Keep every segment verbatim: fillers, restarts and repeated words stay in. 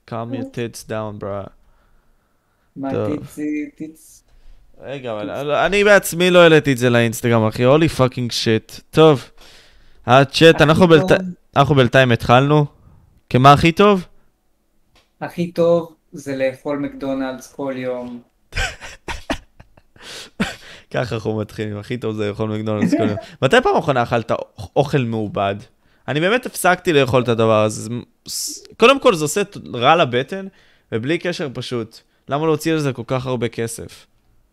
calm your tits down, bro. מה טוב. טיצי, טיץ? רגע, אבל אני בעצמי לא העליתי את זה לאינסטגרם, אחי. הולי פאקינג שיט. טוב. הצ'אט, אנחנו הכי טוב, בינתיים אנחנו בינתיים התחלנו. כמה הכי טוב? הכי טוב זה לאכול מקדונלדס כל יום. ככה אנחנו מתחילים. הכי טוב זה לאכול מקדונלדס כל יום. מתי פעם אחרונה אכלת אוכל מעובד? אני באמת הפסקתי לאכול את הדבר הזה. קודם כל זה עושה רע לבטן, ובלי קשר פשוט. למה להוציא על זה כל כך הרבה כסף?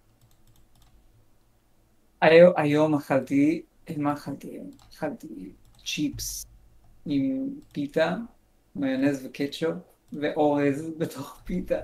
היום, היום אכלתי, מה אכלתי היום? אכלתי צ'יפס עם פיתה, מיונז וקטשופ, ואורז בתוך פיתה.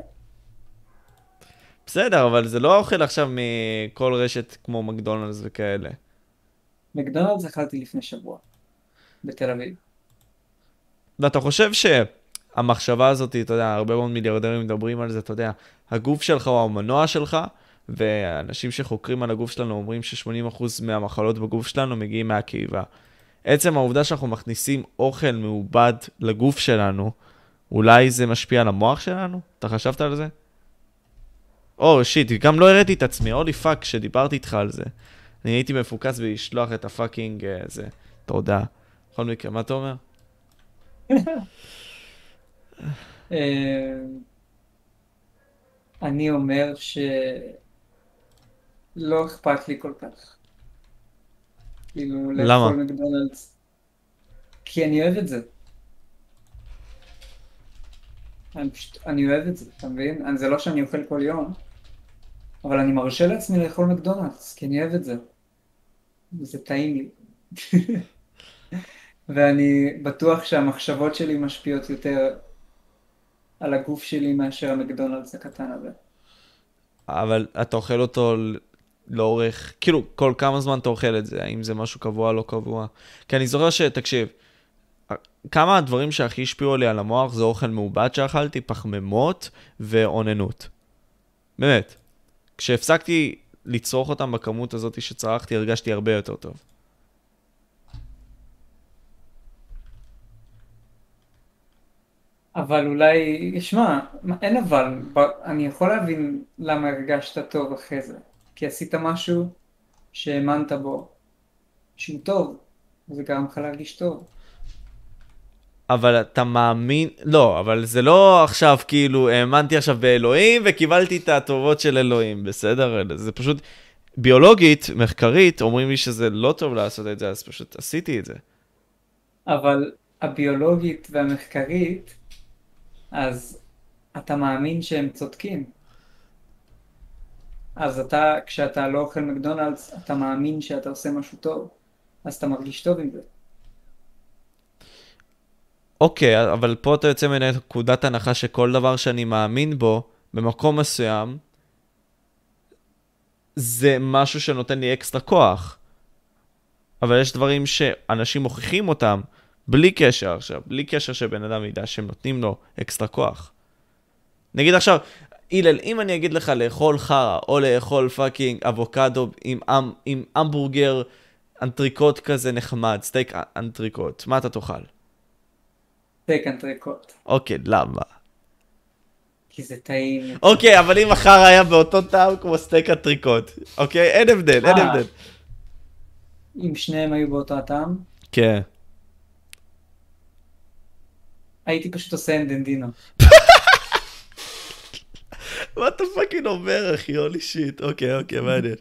בסדר, אבל זה לא אוכל עכשיו מכל רשת כמו מקדונלדס וכאלה. מקדונלדס אכלתי לפני שבוע, בתל אביב. ואתה חושב שהמחשבה הזאת, אתה יודע, הרבה מאוד מיליארדרים מדברים על זה, אתה יודע, הגוף שלך הוא המנוע שלך, ואנשים שחוקרים על הגוף שלנו אומרים ש-שמונים אחוז מהמחלות בגוף שלנו מגיעים מהקיבה. עצם העובדה שאנחנו מכניסים אוכל מעובד לגוף שלנו, אולי זה משפיע על המוח שלנו? אתה חשבת על זה? או, שיט, גם לא הראיתי את עצמי, הולי פאק, שדיברתי איתך על זה. אני הייתי מפוקס בלשלוח את הפאקינג, זה, תודה. בכל מקרה, מה אתה אומר? אה, אני אומר שלא אכפת לי כל כך. כאילו, למה? לאכול מקדונלדס. כי אני אוהב את זה. אני פשוט, אני אוהב את זה, אתה מבין? אני- זה לא שאני אוכל כל יום, אבל אני מרשה לעצמי לאכול מקדונלדס, כי אני אוהב את זה. וזה טעים לי. ואני בטוח שהמחשבות שלי משפיעות יותר על הגוף שלי מאשר המקדונלדס הקטן הזה. אבל אתה אוכל אותו ל- לאורך, כאילו, כל כמה זמן אתה אוכל את זה? האם זה משהו קבוע או לא קבוע? כי אני זוכר שתקשיב, כמה הדברים שהכי השפיעו לי על המוח זה אוכל מעובד שאכלתי, פחמימות ואוננות. באמת. כשהפסקתי לצרוך אותם בכמות הזאת שצרכתי, הרגשתי הרבה יותר טוב. אבל אולי, שמע, מה- אין אבל, ב- אני יכול להבין למה הרגשת טוב אחרי זה. כי עשית משהו שהאמנת בו, שהוא טוב, וזה גרם לך להרגיש טוב. אבל אתה מאמין, לא, אבל זה לא עכשיו כאילו, האמנתי עכשיו באלוהים וקיבלתי את הטובות של אלוהים, בסדר? זה פשוט, ביולוגית, מחקרית, אומרים לי שזה לא טוב לעשות את זה, אז פשוט עשיתי את זה. אבל הביולוגית והמחקרית, אז אתה מאמין שהם צודקים. אז אתה, כשאתה לא אוכל מקדונלדס, אתה מאמין שאתה עושה משהו טוב, אז אתה מרגיש טוב עם זה. אוקיי, אבל פה אתה יוצא מנקודת הנחה שכל דבר שאני מאמין בו, במקום מסוים, זה משהו שנותן לי אקסטרה כוח. אבל יש דברים שאנשים מוכיחים אותם, בלי קשר עכשיו, בלי קשר שבן אדם ידע שהם נותנים לו אקסטרה כוח. נגיד עכשיו, אילל, אם אני אגיד לך לאכול חרה, או לאכול פאקינג אבוקדו עם, עם, עם המבורגר אנטריקוט כזה נחמד, סטייק אנטריקוט, מה אתה תאכל? סטייק אנטריקוט, אוקיי, למה? כי זה טעים. אוקיי, אבל אם החרה היה באותו טעם כמו סטייק אנטריקוט, אוקיי? אין הבדל, אין אה. הבדל. אם שניהם היו באותו הטעם, כן. הייתי פשוט עושה אנדנדינו. מה אתה פאקינג אומר, אחי? הולי שיט. אוקיי, אוקיי, מעניין.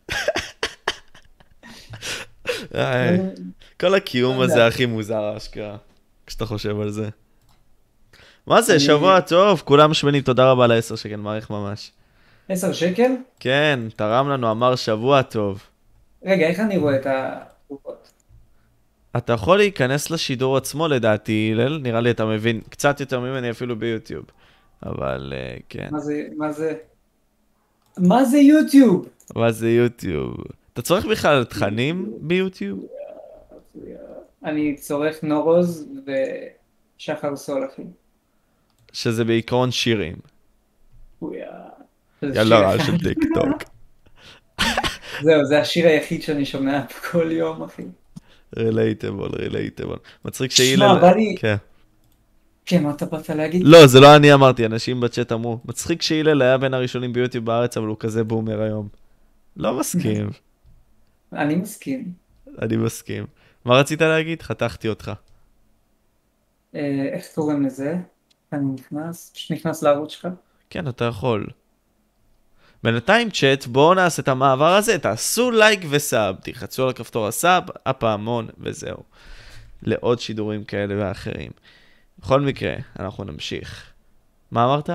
איי, כל הקיום הזה הכי מוזר, אשכרה. כשאתה חושב על זה. מה זה, אני- שבוע טוב, כולם שמנים, תודה רבה לעשר שקל, מעריך ממש. עשר שקל? כן, תרם לנו, אמר שבוע טוב. רגע, איך אני רואה את התגובות? אתה יכול להיכנס לשידור עצמו לדעתי, הלל, נראה לי אתה מבין קצת יותר ממני אפילו ביוטיוב. אבל uh, כן, מה זה, מה זה? מה זה יוטיוב? מה זה יוטיוב? אתה צורך בכלל תכנים ביוטיוב? אני צורך נורוז ושחר סול, אחי. שזה בעיקרון שירים. אויה. יאללה, רע של טיק טוק. זהו, זה השיר היחיד שאני שומע כל יום, אחי. רילייטבול, רילייטבול. מצחיק שמע, שהילל... בא לי- כן. כן, מה אתה באת להגיד? לא, זה לא אני אמרתי, אנשים בצ'אט אמרו, מצחיק שהילל היה בין הראשונים ביוטיוב בארץ, אבל הוא כזה בומר היום. לא מסכים, אני מסכים. אני מסכים. מה רצית להגיד? חתכתי אותך. אה, איך קוראים לזה? אני נכנס, פשוט נכנס לערוץ שלך. כן, אתה יכול. בינתיים צ'אט, בואו נעשה את המעבר הזה, תעשו לייק וסאב, תלחצו על הכפתור הסאב, הפעמון וזהו. לעוד שידורים כאלה ואחרים. בכל מקרה, אנחנו נמשיך. מה אמרת?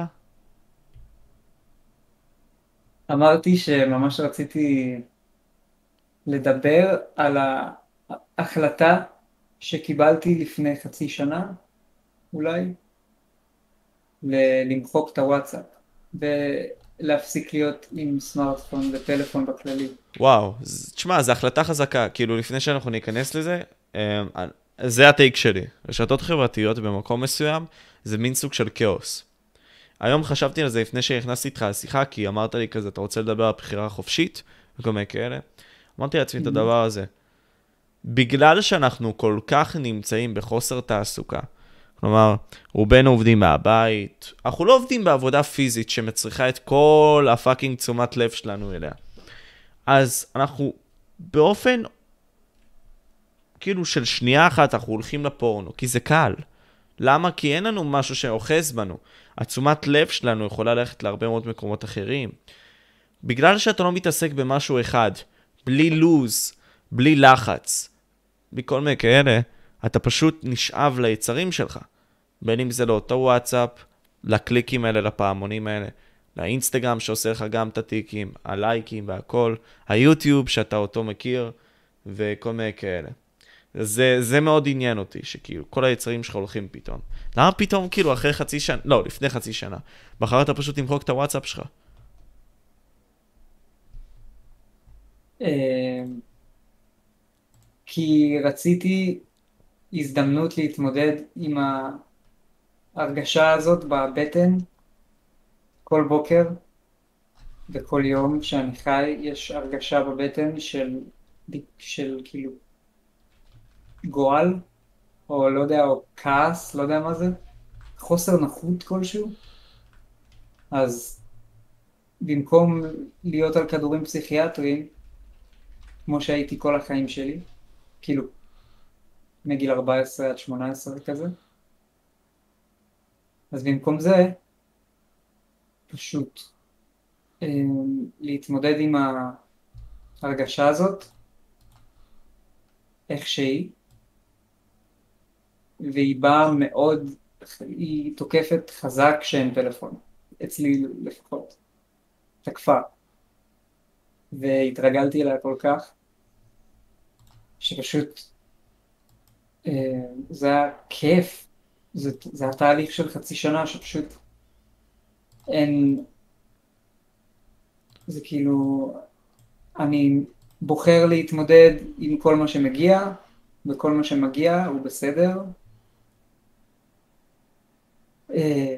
אמרתי שממש רציתי לדבר על ההחלטה שקיבלתי לפני חצי שנה, אולי, ל- למחוק את הוואטסאפ ולהפסיק להיות עם סמארטפון וטלפון בכללי. וואו, ז- תשמע, זו החלטה חזקה. כאילו, לפני שאנחנו ניכנס לזה, אה, זה הטייק שלי. רשתות חברתיות במקום מסוים, זה מין סוג של כאוס. היום חשבתי על זה לפני שנכנסתי איתך לשיחה, כי אמרת לי כזה, אתה רוצה לדבר על בחירה חופשית, וכל מיני כאלה. אמרתי לעצמי את הדבר הזה. בגלל שאנחנו כל כך נמצאים בחוסר תעסוקה, כלומר, רובנו עובדים מהבית, אנחנו לא עובדים בעבודה פיזית שמצריכה את כל הפאקינג תשומת לב שלנו אליה. אז אנחנו באופן, כאילו של שנייה אחת, אנחנו הולכים לפורנו, כי זה קל. למה? כי אין לנו משהו שאוחז בנו. התשומת לב שלנו יכולה ללכת להרבה מאוד מקומות אחרים. בגלל שאתה לא מתעסק במשהו אחד, בלי לוז, בלי לחץ, בכל מיני כאלה, אתה פשוט נשאב ליצרים שלך. בין אם זה לאותו וואטסאפ, לקליקים האלה, לפעמונים האלה, לאינסטגרם שעושה לך גם את הטיקים, הלייקים והכל, היוטיוב שאתה אותו מכיר, וכל מיני כאלה. זה, זה מאוד עניין אותי, שכאילו כל היצרים שלך הולכים פתאום. למה פתאום כאילו אחרי חצי שנה, לא, לפני חצי שנה, בחרת פשוט למחוק את הוואטסאפ שלך? אה, כי רציתי הזדמנות להתמודד עם ההרגשה הזאת בבטן כל בוקר וכל יום שאני חי, יש הרגשה בבטן של, של כאילו גועל, או לא יודע, או כעס, לא יודע מה זה, חוסר נוחות כלשהו. אז במקום להיות על כדורים פסיכיאטריים, כמו שהייתי כל החיים שלי, כאילו מגיל ארבע עשרה עד שמונה עשרה כזה, אז במקום זה, פשוט אה, להתמודד עם ההרגשה הזאת, איך שהיא, והיא באה מאוד, היא תוקפת חזק שאין טלפון, אצלי לפחות, תקפה, והתרגלתי אליה כל כך, שפשוט אה, זה היה כיף, זה, זה התהליך של חצי שנה שפשוט אין, זה כאילו, אני בוחר להתמודד עם כל מה שמגיע, וכל מה שמגיע הוא בסדר. אה,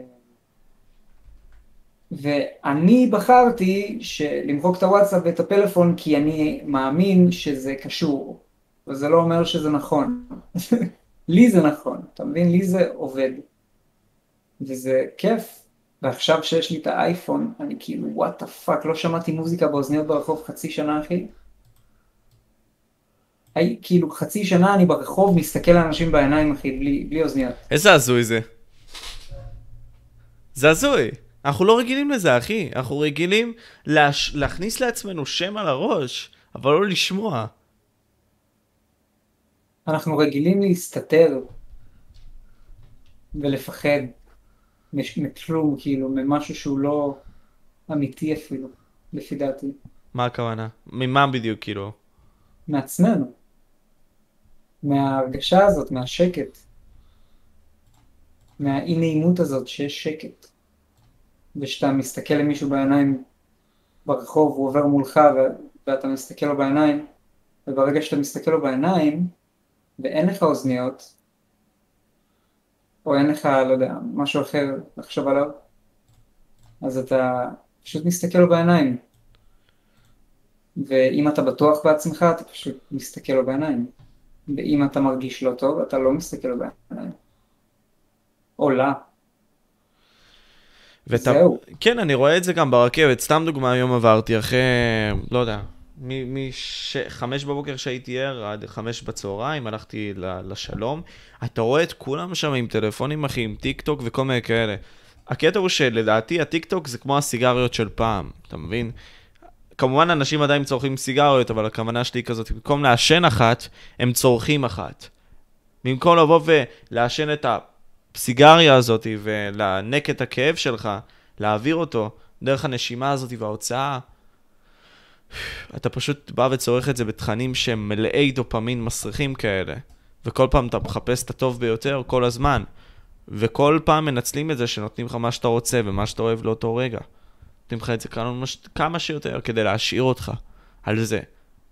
ואני בחרתי למחוק את הוואטסאפ ואת הפלאפון כי אני מאמין שזה קשור, וזה לא אומר שזה נכון. לי זה נכון, אתה מבין? לי זה עובד, וזה כיף. ועכשיו שיש לי את האייפון, אני כאילו, וואט הפאק, לא שמעתי מוזיקה באוזניות ברחוב חצי שנה, אחי. הי, כאילו, חצי שנה אני ברחוב מסתכל לאנשים בעיניים, אחי, בלי, בלי אוזניות. איזה הזוי זה? זה הזוי. אנחנו לא רגילים לזה, אחי. אנחנו רגילים להש... להכניס לעצמנו שם על הראש, אבל לא לשמוע. אנחנו רגילים להסתתר ולפחד מש- מכלום, כאילו, ממשהו שהוא לא אמיתי אפילו, לפי דעתי, מה הכוונה? ממה בדיוק, כאילו? מעצמנו, מההרגשה הזאת, מהשקט, מהאי נעימות הזאת שיש שקט, ושאתה מסתכל למישהו בעיניים ברחוב, הוא עובר מולך ו- ואתה מסתכל לו בעיניים, וברגע שאתה מסתכל לו בעיניים ואין לך אוזניות, או אין לך, לא יודע, משהו אחר לחשוב עליו, אז אתה פשוט מסתכל לו בעיניים. ואם אתה בטוח בעצמך, אתה פשוט מסתכל לו בעיניים. ואם אתה מרגיש לא טוב, אתה לא מסתכל לו בעיניים. עולה. ואתה, זהו. כן, אני רואה את זה גם ברכבת. סתם דוגמה, היום עברתי אחרי, לא יודע, מחמש בבוקר שהייתי ער עד חמש בצהריים, הלכתי ל- לשלום. אתה רואה את כולם שם עם טלפונים, אחי, עם טיק טוק וכל מיני כאלה. הקטע הוא שלדעתי הטיק טוק זה כמו הסיגריות של פעם, אתה מבין? כמובן אנשים עדיין צורכים סיגריות, אבל הכוונה שלי היא כזאת, במקום לעשן אחת, הם צורכים אחת. במקום לבוא ולעשן את הסיגריה הזאת ולענק את הכאב שלך, להעביר אותו דרך הנשימה הזאת וההוצאה, אתה פשוט בא וצורך את זה בתכנים שהם מלאי דופמין מסריחים כאלה. וכל פעם אתה מחפש את הטוב ביותר כל הזמן. וכל פעם מנצלים את זה שנותנים לך מה שאתה רוצה ומה שאתה אוהב לאותו רגע. נותנים לך את זה כמה, כמה שיותר כדי להשאיר אותך על זה.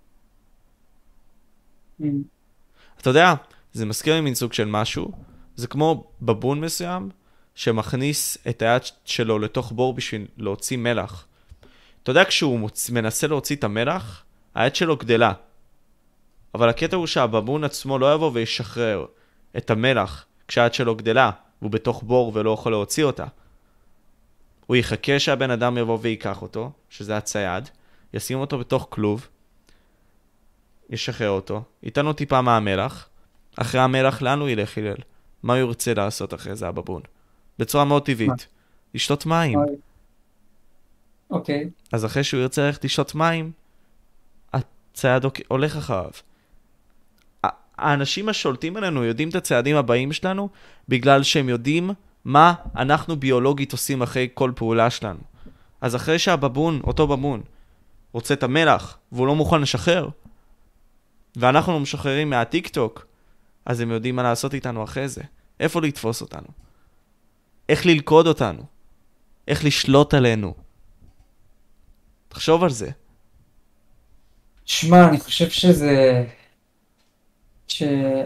Mm. אתה יודע, זה מזכיר לי מין סוג של משהו. זה כמו בבון מסוים שמכניס את היד שלו לתוך בור בשביל להוציא מלח. אתה יודע, כשהוא מוצ... מנסה להוציא את המלח, היד שלו גדלה. אבל הקטע הוא שהבבון עצמו לא יבוא וישחרר את המלח כשהיד שלו גדלה, והוא בתוך בור ולא יכול להוציא אותה. הוא יחכה שהבן אדם יבוא ויקח אותו, שזה הצייד, ישים אותו בתוך כלוב, ישחרר אותו, ייתן לו טיפה מהמלח, אחרי המלח לאן הוא ילך הלל? מה הוא ירצה לעשות אחרי זה הבבון? בצורה מאוד מה? טבעית. לשתות מים. אוי. אוקיי. אז אחרי שהוא ירצה ללכת לשתות מים, הצייד הולך אחריו. האנשים השולטים עלינו יודעים את הצעדים הבאים שלנו, בגלל שהם יודעים מה אנחנו ביולוגית עושים אחרי כל פעולה שלנו. אז אחרי שהבבון, אותו בבון, רוצה את המלח, והוא לא מוכן לשחרר, ואנחנו לא משחררים מהטיק טוק, אז הם יודעים מה לעשות איתנו אחרי זה. איפה לתפוס אותנו? איך ללכוד אותנו? איך לשלוט עלינו? תחשוב על זה. שמע, אני חושב שזה... שאני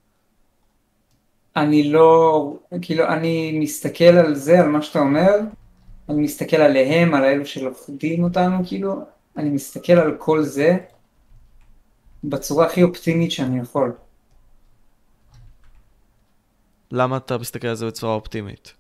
לא... כאילו, אני מסתכל על זה, על מה שאתה אומר, אני מסתכל עליהם, על האלו שלוכדים אותנו, כאילו, אני מסתכל על כל זה בצורה הכי אופטימית שאני יכול. למה אתה מסתכל על זה בצורה אופטימית?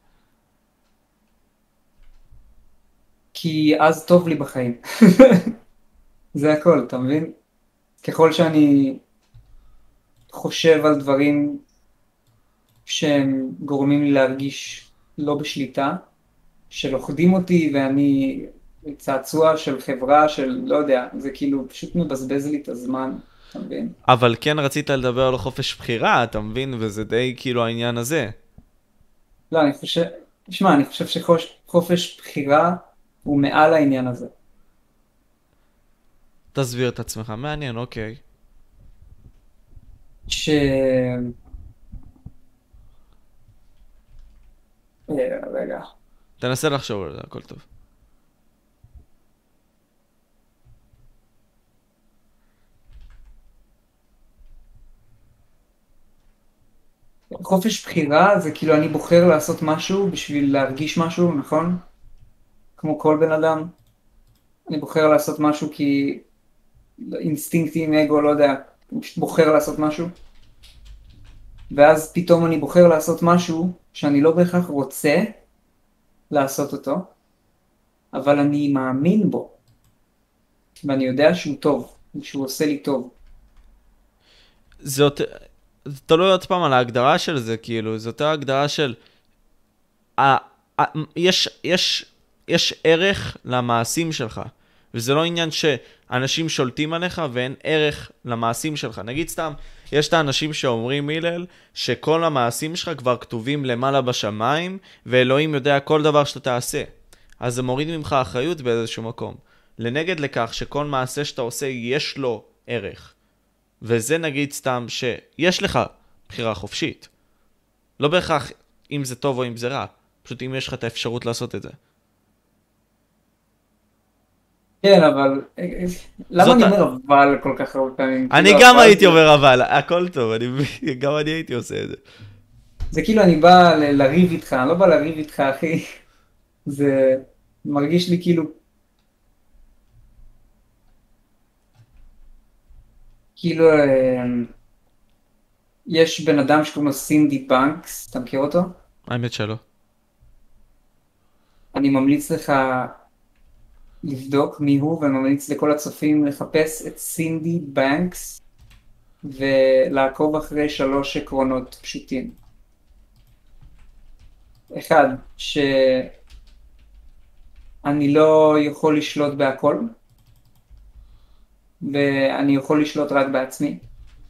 כי אז טוב לי בחיים. זה הכל, אתה מבין? ככל שאני חושב על דברים שהם גורמים לי להרגיש לא בשליטה, שלוכדים אותי ואני צעצוע של חברה של לא יודע, זה כאילו פשוט מבזבז לי את הזמן, אתה מבין? אבל כן רצית לדבר על חופש בחירה, אתה מבין? וזה די כאילו העניין הזה. לא, אני חושב, תשמע, אני חושב שחופש בחירה הוא מעל העניין הזה. תסביר את עצמך, מעניין, אוקיי. ש... אה, רגע. תנסה לחשוב על זה, הכל טוב. חופש בחירה זה כאילו אני בוחר לעשות משהו בשביל להרגיש משהו, נכון? כמו כל בן אדם. אני בוחר לעשות משהו כי אינסטינקטים, אגו, לא יודע, אני פשוט בוחר לעשות משהו. ואז פתאום אני בוחר לעשות משהו שאני לא בהכרח רוצה לעשות אותו, אבל אני מאמין בו. ואני יודע שהוא טוב, שהוא עושה לי טוב. זה יותר... זה תלוי עוד פעם על ההגדרה של זה, כאילו, זה יותר הגדרה של... ה... ה... יש, יש, יש ערך למעשים שלך, וזה לא עניין שאנשים שולטים עליך ואין ערך למעשים שלך. נגיד סתם, יש את האנשים שאומרים, הלל, שכל המעשים שלך כבר כתובים למעלה בשמיים, ואלוהים יודע כל דבר שאתה תעשה. אז זה מוריד ממך אחריות באיזשהו מקום. לנגד לכך שכל מעשה שאתה עושה יש לו ערך. וזה נגיד סתם שיש לך בחירה חופשית. לא בהכרח אם זה טוב או אם זה רע. פשוט אם יש לך את האפשרות לעשות את זה. כן, אבל... למה אני ה- אומר אבל כל כך הרבה פעמים? אני כאילו, גם אבל הייתי זה- אומר אבל, הכל טוב, אני, גם אני הייתי עושה את זה. זה כאילו אני בא ל- לריב איתך, אני לא בא לריב איתך, אחי. זה מרגיש לי כאילו... כאילו... אה, יש בן אדם שקוראים לו סינדי בנקס, אתה מכיר אותו? האמת שלא. אני ממליץ לך לבדוק מי הוא, וממליץ לכל הצופים לחפש את סינדי בנקס, ולעקוב אחרי שלוש עקרונות פשוטים. אחד, שאני לא יכול לשלוט בהכל, ואני יכול לשלוט רק בעצמי.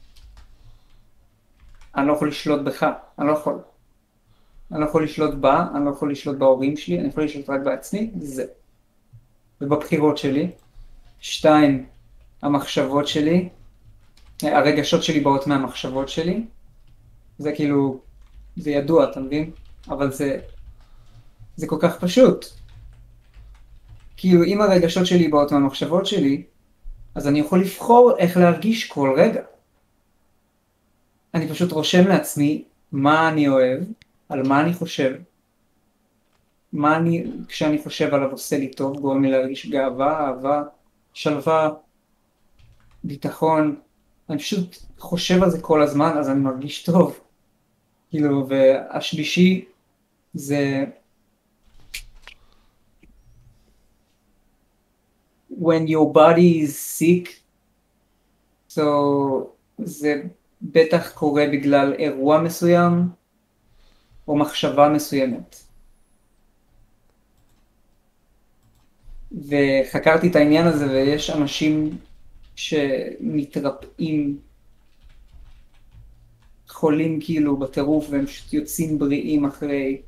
אני לא יכול לשלוט בך, אני לא יכול. אני לא יכול לשלוט בה, אני לא יכול לשלוט בהורים שלי, אני יכול לשלוט רק בעצמי, זה. ובבחירות שלי. שתיים, המחשבות שלי, הרגשות שלי באות מהמחשבות שלי. זה כאילו, זה ידוע, אתה מבין? אבל זה, זה כל כך פשוט. כאילו, אם הרגשות שלי באות מהמחשבות שלי, אז אני יכול לבחור איך להרגיש כל רגע. אני פשוט רושם לעצמי מה אני אוהב, על מה אני חושב, מה אני, כשאני חושב עליו עושה לי טוב, גורם לי להרגיש גאווה, אהבה, שלווה, ביטחון. אני פשוט חושב על זה כל הזמן, אז אני מרגיש טוב. כאילו, והשלישי זה when your body is sick, so זה בטח קורה בגלל אירוע מסוים או מחשבה מסוימת. וחקרתי את העניין הזה, ויש אנשים שמתרפאים, חולים כאילו בטירוף, והם פשוט יוצאים בריאים אחרי,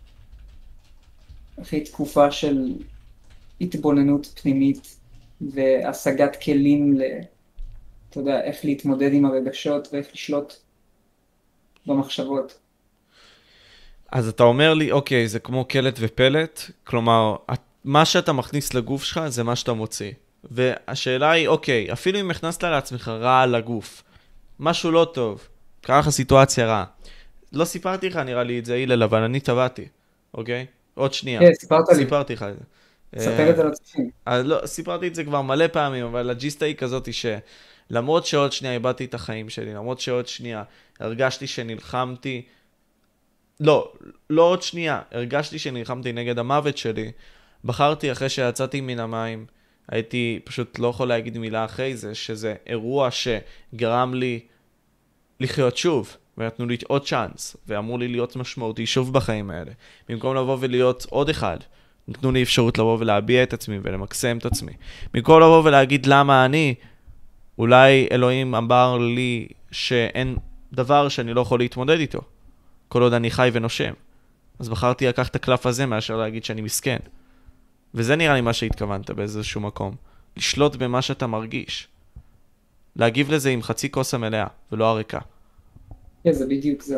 אחרי תקופה של התבוננות פנימית והשגת כלים ל... אתה יודע, איך להתמודד עם הרגשות ואיך לשלוט במחשבות. אז אתה אומר לי, אוקיי, זה כמו קלט ופלט, כלומר, מה שאתה מכניס לגוף שלך זה מה שאתה מוציא. והשאלה היא, אוקיי, אפילו אם הכנסת לעצמך רע לגוף, משהו לא טוב, קרה לך סיטואציה רעה. לא סיפרתי לך, נראה לי את זה, הלל, אבל אני טבעתי, אוקיי? עוד שנייה. כן, סיפרת לי. סיפרתי לך את זה. ספר את זה לצופים. אז לא, סיפרתי את זה כבר מלא פעמים, אבל הג'יסטה היא כזאת שלמרות שעוד שנייה איבדתי את החיים שלי, למרות שעוד שנייה הרגשתי שנלחמתי, לא, לא עוד שנייה, הרגשתי שנלחמתי נגד המוות שלי, בחרתי אחרי שיצאתי מן המים, הייתי פשוט לא יכול להגיד מילה אחרי זה, שזה אירוע שגרם לי לחיות שוב, ונתנו לי עוד צ'אנס, ואמרו לי להיות משמעותי שוב בחיים האלה. במקום לבוא ולהיות עוד אחד, נתנו לי אפשרות לבוא ולהביע את עצמי ולמקסם את עצמי. במקום לבוא ולהגיד למה אני, אולי אלוהים אמר לי שאין דבר שאני לא יכול להתמודד איתו, כל עוד אני חי ונושם. אז בחרתי לקחת את הקלף הזה מאשר להגיד שאני מסכן. וזה נראה לי מה שהתכוונת באיזשהו מקום. לשלוט במה שאתה מרגיש. להגיב לזה עם חצי כוס המלאה, ולא הריקה. כן, זה בדיוק זה.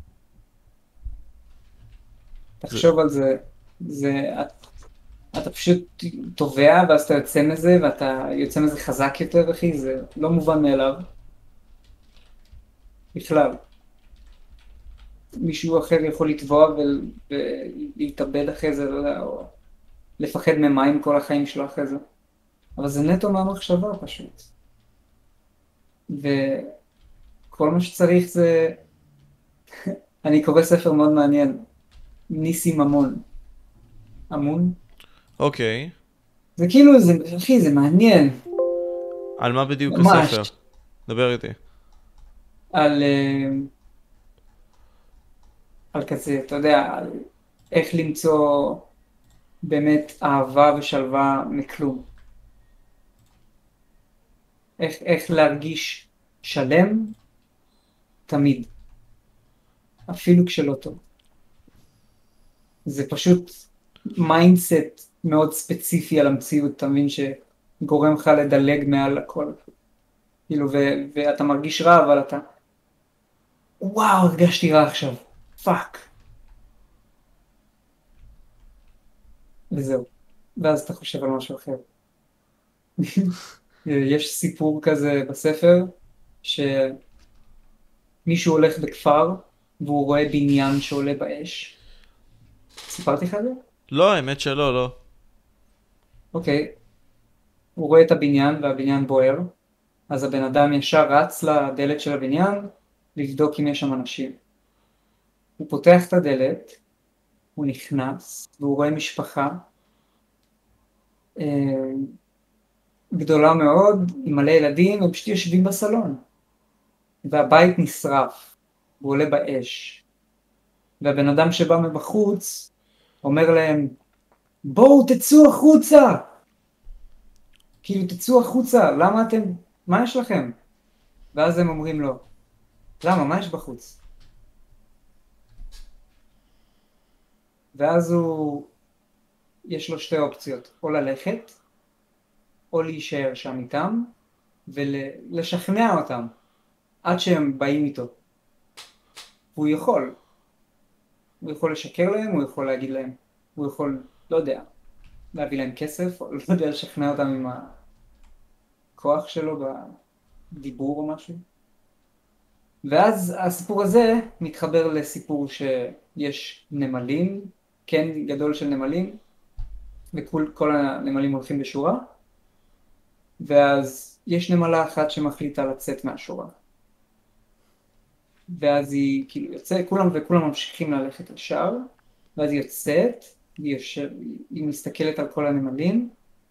תחשוב על זה, זה, אתה פשוט תובע, ואז אתה יוצא מזה, ואתה יוצא מזה חזק יותר, אחי, זה לא מובן מאליו. בכלל. מישהו אחר יכול לטבוע ולהתאבד אחרי זה, לא יודע, או לפחד ממים כל החיים שלו אחרי זה. אבל זה נטו מהמחשבה פשוט. וכל מה שצריך זה... אני קורא ספר מאוד מעניין. ניסים ממון. אמון? אוקיי. זה כאילו, זה, אחי, זה מעניין. על מה בדיוק ממש. הספר? דבר איתי. על... על כזה, אתה יודע, על איך למצוא באמת אהבה ושלווה מכלום. איך, איך להרגיש שלם תמיד. אפילו כשלא טוב. זה פשוט מיינדסט מאוד ספציפי על המציאות, אתה מבין, שגורם לך לדלג מעל הכל. כאילו, ו- ואתה מרגיש רע, אבל אתה... וואו, הרגשתי רע עכשיו. פאק. וזהו. ואז אתה חושב על משהו אחר. יש סיפור כזה בספר, שמישהו הולך בכפר, והוא רואה בניין שעולה באש. סיפרתי לך את זה? לא, האמת שלא, לא. אוקיי. הוא רואה את הבניין, והבניין בוער. אז הבן אדם ישר רץ לדלת של הבניין, לבדוק אם יש שם אנשים. הוא פותח את הדלת, הוא נכנס, והוא רואה משפחה אה, גדולה מאוד, עם מלא ילדים, הם פשוט יושבים בסלון. והבית נשרף, הוא עולה באש. והבן אדם שבא מבחוץ, אומר להם, בואו תצאו החוצה! כאילו תצאו החוצה, למה אתם, מה יש לכם? ואז הם אומרים לו, למה, מה יש בחוץ? ואז הוא, יש לו שתי אופציות, או ללכת, או להישאר שם איתם, ולשכנע אותם, עד שהם באים איתו. והוא יכול, הוא יכול לשקר להם, הוא יכול להגיד להם, הוא יכול, לא יודע, להביא להם כסף, או לא יודע, לשכנע אותם עם הכוח שלו בדיבור או משהו. ואז הסיפור הזה מתחבר לסיפור שיש נמלים, כן גדול של נמלים, וכל הנמלים הולכים בשורה, ואז יש נמלה אחת שמחליטה לצאת מהשורה. ואז היא כאילו יוצאת, כולם וכולם ממשיכים ללכת לשער, ואז היא יוצאת, היא, יושב, היא מסתכלת על כל הנמלים,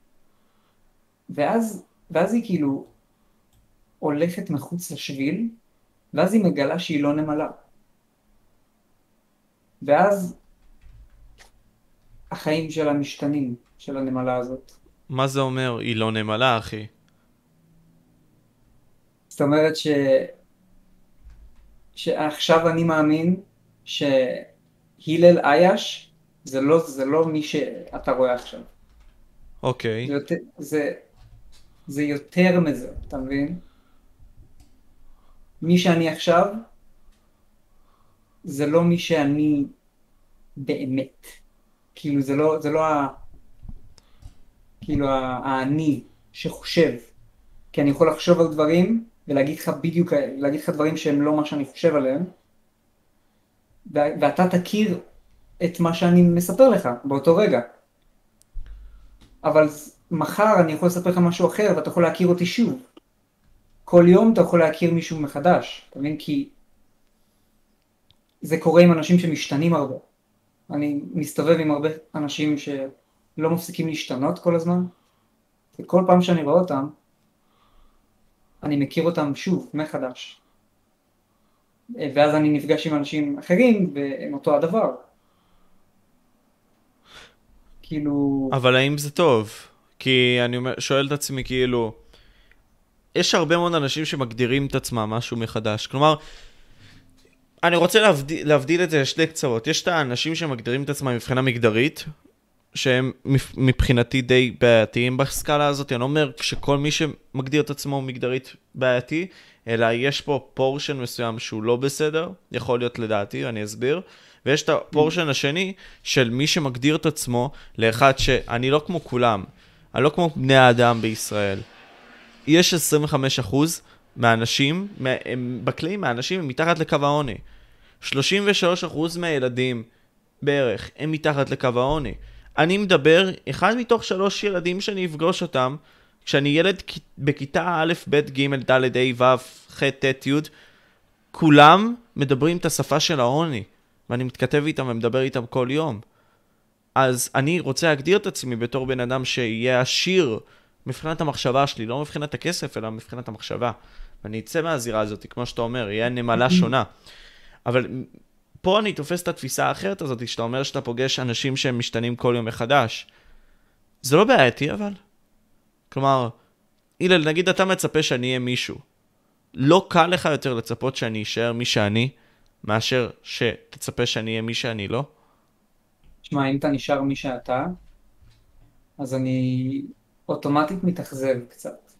ואז, ואז היא כאילו הולכת מחוץ לשביל, ואז היא מגלה שהיא לא נמלה. ואז החיים שלה משתנים, של הנמלה הזאת. מה זה אומר? היא לא נמלה, אחי. זאת אומרת ש... שעכשיו אני מאמין שהילל אייש זה לא, זה לא מי שאתה רואה עכשיו. אוקיי. זה יותר, זה, זה יותר מזה, אתה מבין? מי שאני עכשיו זה לא מי שאני באמת. כאילו זה לא, זה לא ה... כאילו האני שחושב. כי אני יכול לחשוב על דברים ולהגיד לך בדיוק, להגיד לך דברים שהם לא מה שאני חושב עליהם. ואתה תכיר את מה שאני מספר לך באותו רגע. אבל מחר אני יכול לספר לך משהו אחר ואתה יכול להכיר אותי שוב. כל יום אתה יכול להכיר מישהו מחדש. אתה מבין? כי זה קורה עם אנשים שמשתנים הרבה. אני מסתובב עם הרבה אנשים שלא מפסיקים להשתנות כל הזמן. וכל פעם שאני רואה אותם, אני מכיר אותם שוב, מחדש. ואז אני נפגש עם אנשים אחרים, והם אותו הדבר. כאילו... אבל האם זה טוב? כי אני אומר, שואל את עצמי כאילו, יש הרבה מאוד אנשים שמגדירים את עצמם משהו מחדש. כלומר, אני רוצה להבדיל, להבדיל את זה לשתי קצוות. יש את האנשים שמגדירים את עצמם מבחינה מגדרית, שהם מבחינתי די בעייתיים בסקאלה הזאת. אני לא אומר שכל מי שמגדיר את עצמו מגדרית בעייתי, אלא יש פה פורשן מסוים שהוא לא בסדר, יכול להיות לדעתי, אני אסביר. ויש את הפורשן השני של מי שמגדיר את עצמו לאחד שאני לא כמו כולם, אני לא כמו בני האדם בישראל. יש עשרים וחמישה אחוז מהאנשים, בכלאים מהאנשים הם מתחת לקו העוני. שלושים ושלושה אחוז מהילדים בערך הם מתחת לקו העוני. אני מדבר, אחד מתוך שלוש ילדים שאני אפגוש אותם, כשאני ילד בכיתה א', ב', ג', ד', ה', ו', ח', ט', י', כולם מדברים את השפה של העוני, ואני מתכתב איתם ומדבר איתם כל יום. אז אני רוצה להגדיר את עצמי בתור בן אדם שיהיה עשיר מבחינת המחשבה שלי, לא מבחינת הכסף, אלא מבחינת המחשבה. ואני אצא מהזירה הזאת, כמו שאתה אומר, יהיה נמלה שונה. אבל פה אני תופס את התפיסה האחרת הזאת, שאתה אומר שאתה פוגש אנשים שהם משתנים כל יום מחדש. זה לא בעייתי, אבל. כלומר, הלל, נגיד אתה מצפה שאני אהיה מישהו. לא קל לך יותר לצפות שאני אשאר מי שאני, מאשר שתצפה שאני אהיה מי שאני לא? תשמע, אם אתה נשאר מי שאתה, אז אני אוטומטית מתאכזב קצת.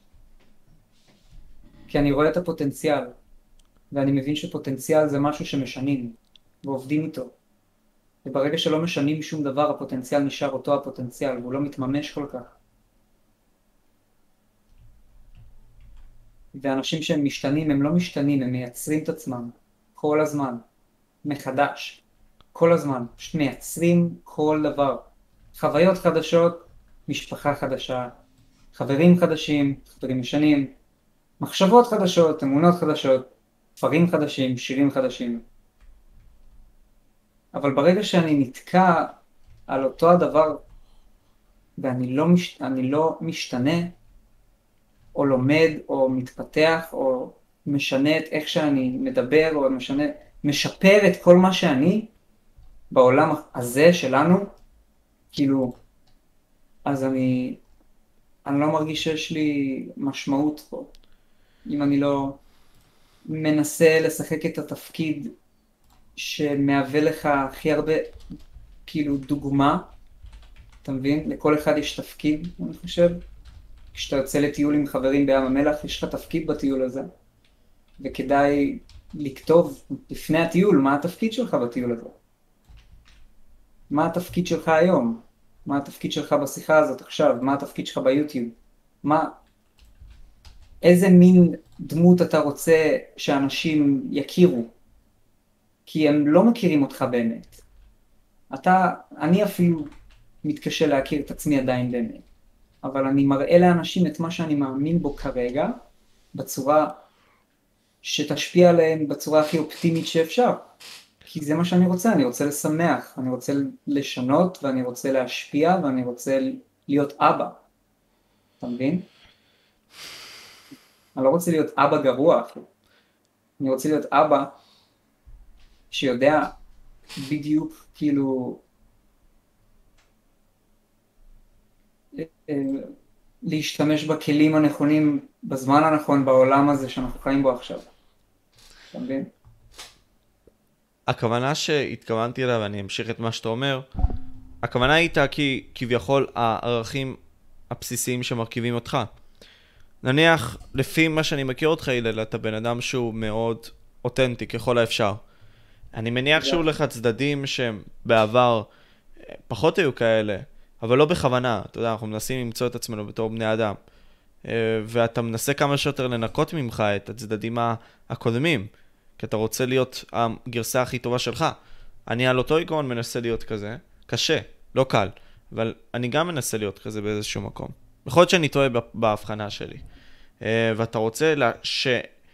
כי אני רואה את הפוטנציאל, ואני מבין שפוטנציאל זה משהו שמשנים, ועובדים איתו. וברגע שלא משנים שום דבר, הפוטנציאל נשאר אותו הפוטנציאל, והוא לא מתממש כל כך. ואנשים שהם משתנים, הם לא משתנים, הם מייצרים את עצמם כל הזמן, מחדש, כל הזמן, פשוט מייצרים כל דבר. חוויות חדשות, משפחה חדשה, חברים חדשים, חברים משנים, מחשבות חדשות, אמונות חדשות, ספרים חדשים, שירים חדשים. אבל ברגע שאני נתקע על אותו הדבר, ואני לא, מש... אני לא משתנה, או לומד, או מתפתח, או משנה את איך שאני מדבר, או משנה, משפר את כל מה שאני בעולם הזה שלנו, כאילו, אז אני, אני לא מרגיש שיש לי משמעות פה. אם אני לא מנסה לשחק את התפקיד שמהווה לך הכי הרבה, כאילו, דוגמה, אתה מבין? לכל אחד יש תפקיד, אני חושב. כשאתה יוצא לטיול עם חברים בים המלח, יש לך תפקיד בטיול הזה. וכדאי לכתוב לפני הטיול מה התפקיד שלך בטיול הזה. מה התפקיד שלך היום? מה התפקיד שלך בשיחה הזאת עכשיו? מה התפקיד שלך ביוטיוב? מה... איזה מין דמות אתה רוצה שאנשים יכירו? כי הם לא מכירים אותך באמת. אתה, אני אפילו מתקשה להכיר את עצמי עדיין באמת. אבל אני מראה לאנשים את מה שאני מאמין בו כרגע, בצורה שתשפיע עליהם בצורה הכי אופטימית שאפשר. כי זה מה שאני רוצה, אני רוצה לשמח, אני רוצה לשנות, ואני רוצה להשפיע, ואני רוצה להיות אבא. אתה מבין? אני לא רוצה להיות אבא גרוע, אחי. אני רוצה להיות אבא שיודע בדיוק, כאילו, להשתמש בכלים הנכונים בזמן הנכון בעולם הזה שאנחנו חיים בו עכשיו. אתה מבין? הכוונה שהתכוונתי אליה, ואני אמשיך את מה שאתה אומר, הכוונה הייתה כי כביכול הערכים הבסיסיים שמרכיבים אותך. נניח, לפי מה שאני מכיר אותך, הלל, אתה בן אדם שהוא מאוד אותנטי ככל האפשר. אני מניח שהוא לך צדדים שהם בעבר פחות היו כאלה, אבל לא בכוונה. אתה יודע, אנחנו מנסים למצוא את עצמנו בתור בני אדם. ואתה מנסה כמה שיותר לנקות ממך את הצדדים הקודמים, כי אתה רוצה להיות הגרסה הכי טובה שלך. אני על אותו עיקרון מנסה להיות כזה, קשה, לא קל, אבל אני גם מנסה להיות כזה באיזשהו מקום. יכול להיות שאני טועה בהבחנה שלי. ואתה רוצה ש...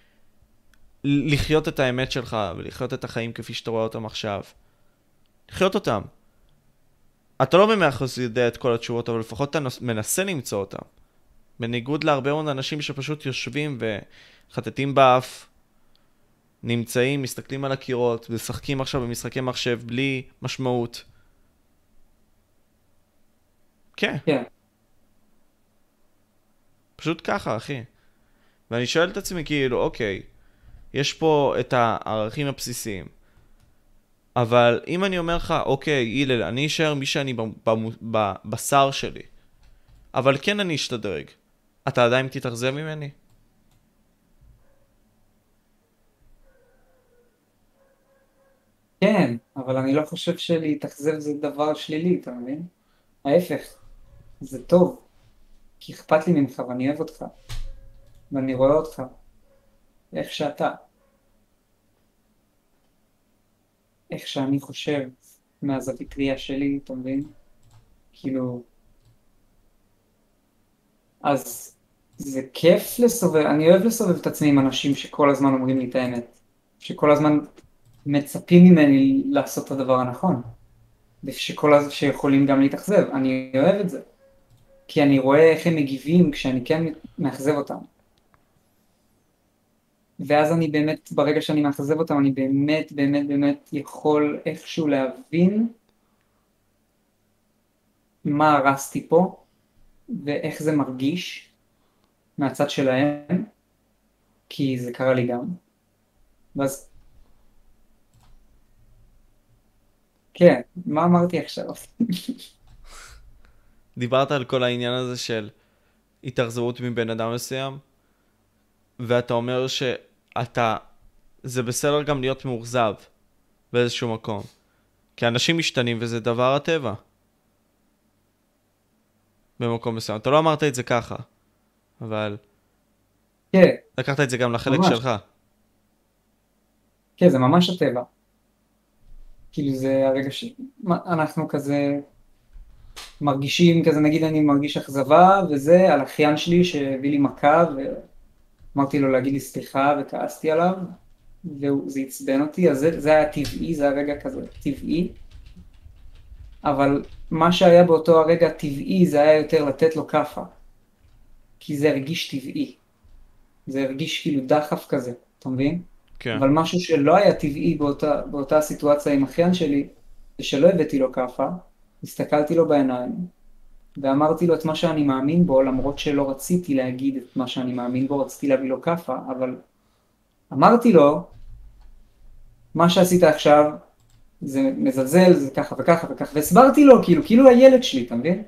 לחיות את האמת שלך, ולחיות את החיים כפי שאתה רואה אותם עכשיו. לחיות אותם. אתה לא במאה אחוז יודע את כל התשובות, אבל לפחות אתה מנסה למצוא אותם. בניגוד להרבה מאוד אנשים שפשוט יושבים וחטטים באף, נמצאים, מסתכלים על הקירות, ושחקים עכשיו במשחקי מחשב בלי משמעות. כן. כן. פשוט ככה, אחי. ואני שואל את עצמי כאילו, אוקיי, יש פה את הערכים הבסיסיים. אבל אם אני אומר לך, אוקיי, הלל, אני אשאר מי שאני בבשר שלי, אבל כן אני אשתדרג, אתה עדיין תתאכזב ממני? כן, אבל אני לא חושב שלהתאכזב זה דבר שלילי, אתה מבין? ההפך, זה טוב, כי אכפת לי ממך ואני אוהב אותך, ואני רואה אותך, איך שאתה, איך שאני חושב מהזווית ראייה שלי, אתה מבין? כאילו, אז זה כיף לסובב, אני אוהב לסובב את עצמי עם אנשים שכל הזמן אומרים לי את האמת, שכל הזמן מצפים ממני לעשות את הדבר הנכון, ושכל הזמן שיכולים גם להתאכזב, אני אוהב את זה, כי אני רואה איך הם מגיבים כשאני כן מאכזב אותם. ואז אני באמת, ברגע שאני מאכזב אותם, אני באמת, באמת, באמת יכול איכשהו להבין מה הרסתי פה, ואיך זה מרגיש מהצד שלהם, כי זה קרה לי גם. ואז... כן, מה אמרתי עכשיו? דיברת על כל העניין הזה של התאכזבות מבן אדם מסוים, ואתה אומר שאתה, זה בסדר גם להיות מאוכזב באיזשהו מקום. כי אנשים משתנים וזה דבר הטבע. במקום מסוים. אתה לא אמרת את זה ככה, אבל... כן. לקחת את זה גם לחלק ממש. שלך. כן, זה ממש הטבע. כאילו זה הרגע שאנחנו כזה מרגישים, כזה נגיד אני מרגיש אכזבה, וזה על אחיין שלי שהביא לי מכה, ואמרתי לו להגיד לי סליחה וכעסתי עליו, וזה עצבן אותי, אז זה, זה היה טבעי, זה היה רגע כזה טבעי, אבל מה שהיה באותו הרגע טבעי זה היה יותר לתת לו כפה, כי זה הרגיש טבעי, זה הרגיש כאילו דחף כזה, אתה מבין? כן. אבל משהו שלא היה טבעי באותה, באותה סיטואציה עם אחיין שלי, זה שלא הבאתי לו כפה, הסתכלתי לו בעיניים, ואמרתי לו את מה שאני מאמין בו, למרות שלא רציתי להגיד את מה שאני מאמין בו, רציתי להביא לו כפה, אבל אמרתי לו, מה שעשית עכשיו, זה מזלזל, זה ככה וככה וככה, והסברתי לו, כאילו, כאילו הילד שלי, אתה מבין?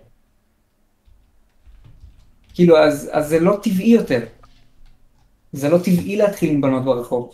כאילו, אז, אז זה לא טבעי יותר. זה לא טבעי להתחיל עם בנות ברחוב.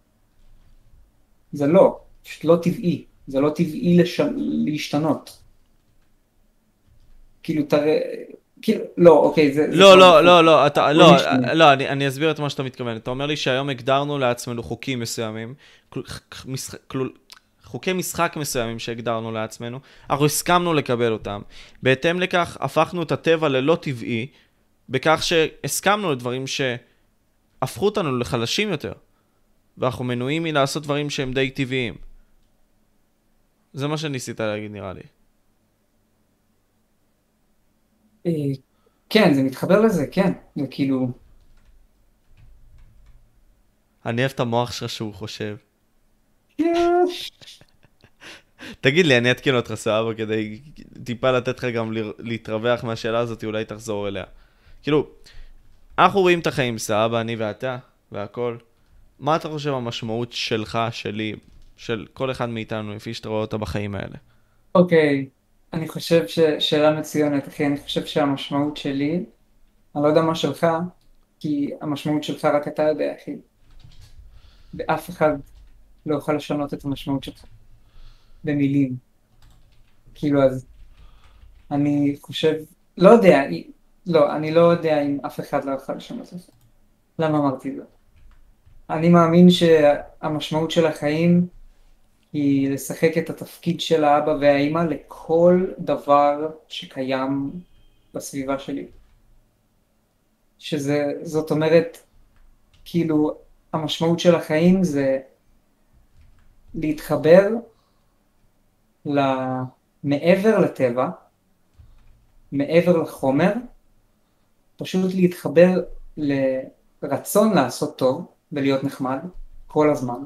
זה לא, פשוט לא טבעי. זה לא טבעי לש... להשתנות. כאילו, תראה... כאילו, לא, אוקיי, זה... לא, זה לא, לא, לא, אתה, לא, משתנה. לא, אני, אני אסביר את מה שאתה מתכוון. אתה אומר לי שהיום הגדרנו לעצמנו חוקים מסוימים, כל- משחק- כל- חוקי משחק מסוימים שהגדרנו לעצמנו, אנחנו הסכמנו לקבל אותם. בהתאם לכך, הפכנו את הטבע ללא טבעי, בכך שהסכמנו לדברים שהפכו אותנו לחלשים יותר, ואנחנו מנועים מלעשות דברים שהם די טבעיים. זה מה שניסית להגיד, נראה לי. אה, כן, זה מתחבר לזה, כן. זה כאילו... אני אוהב את המוח שלך שהוא חושב. יש. תגיד לי, אני אתקין אותך סבבה כדי טיפה לתת לך גם ל- להתרווח מהשאלה הזאת, אולי תחזור אליה. כאילו, אנחנו רואים את החיים סבבה, אני ואתה, והכל. מה אתה חושב המשמעות שלך, שלי, של כל אחד מאיתנו, לפי שאתה רואה אותה בחיים האלה? אוקיי, אני חושב ששאלה מצוינת, אחי, אני חושב שהמשמעות שלי, אני לא יודע מה שלך, כי המשמעות שלך רק אתה יודע, אחי. ואף אחד לא יכול לשנות את המשמעות שלך במילים. כאילו, אז אני חושב, לא יודע, לא, אני לא יודע אם אף אחד לא יכול לשנות את זה. למה אמרתי זאת? אני מאמין שהמשמעות של החיים היא לשחק את התפקיד של האבא והאימא לכל דבר שקיים בסביבה שלי. שזה, זאת אומרת, כאילו, המשמעות של החיים זה להתחבר מעבר לטבע, מעבר לחומר, פשוט להתחבר לרצון לעשות טוב ולהיות נחמד כל הזמן.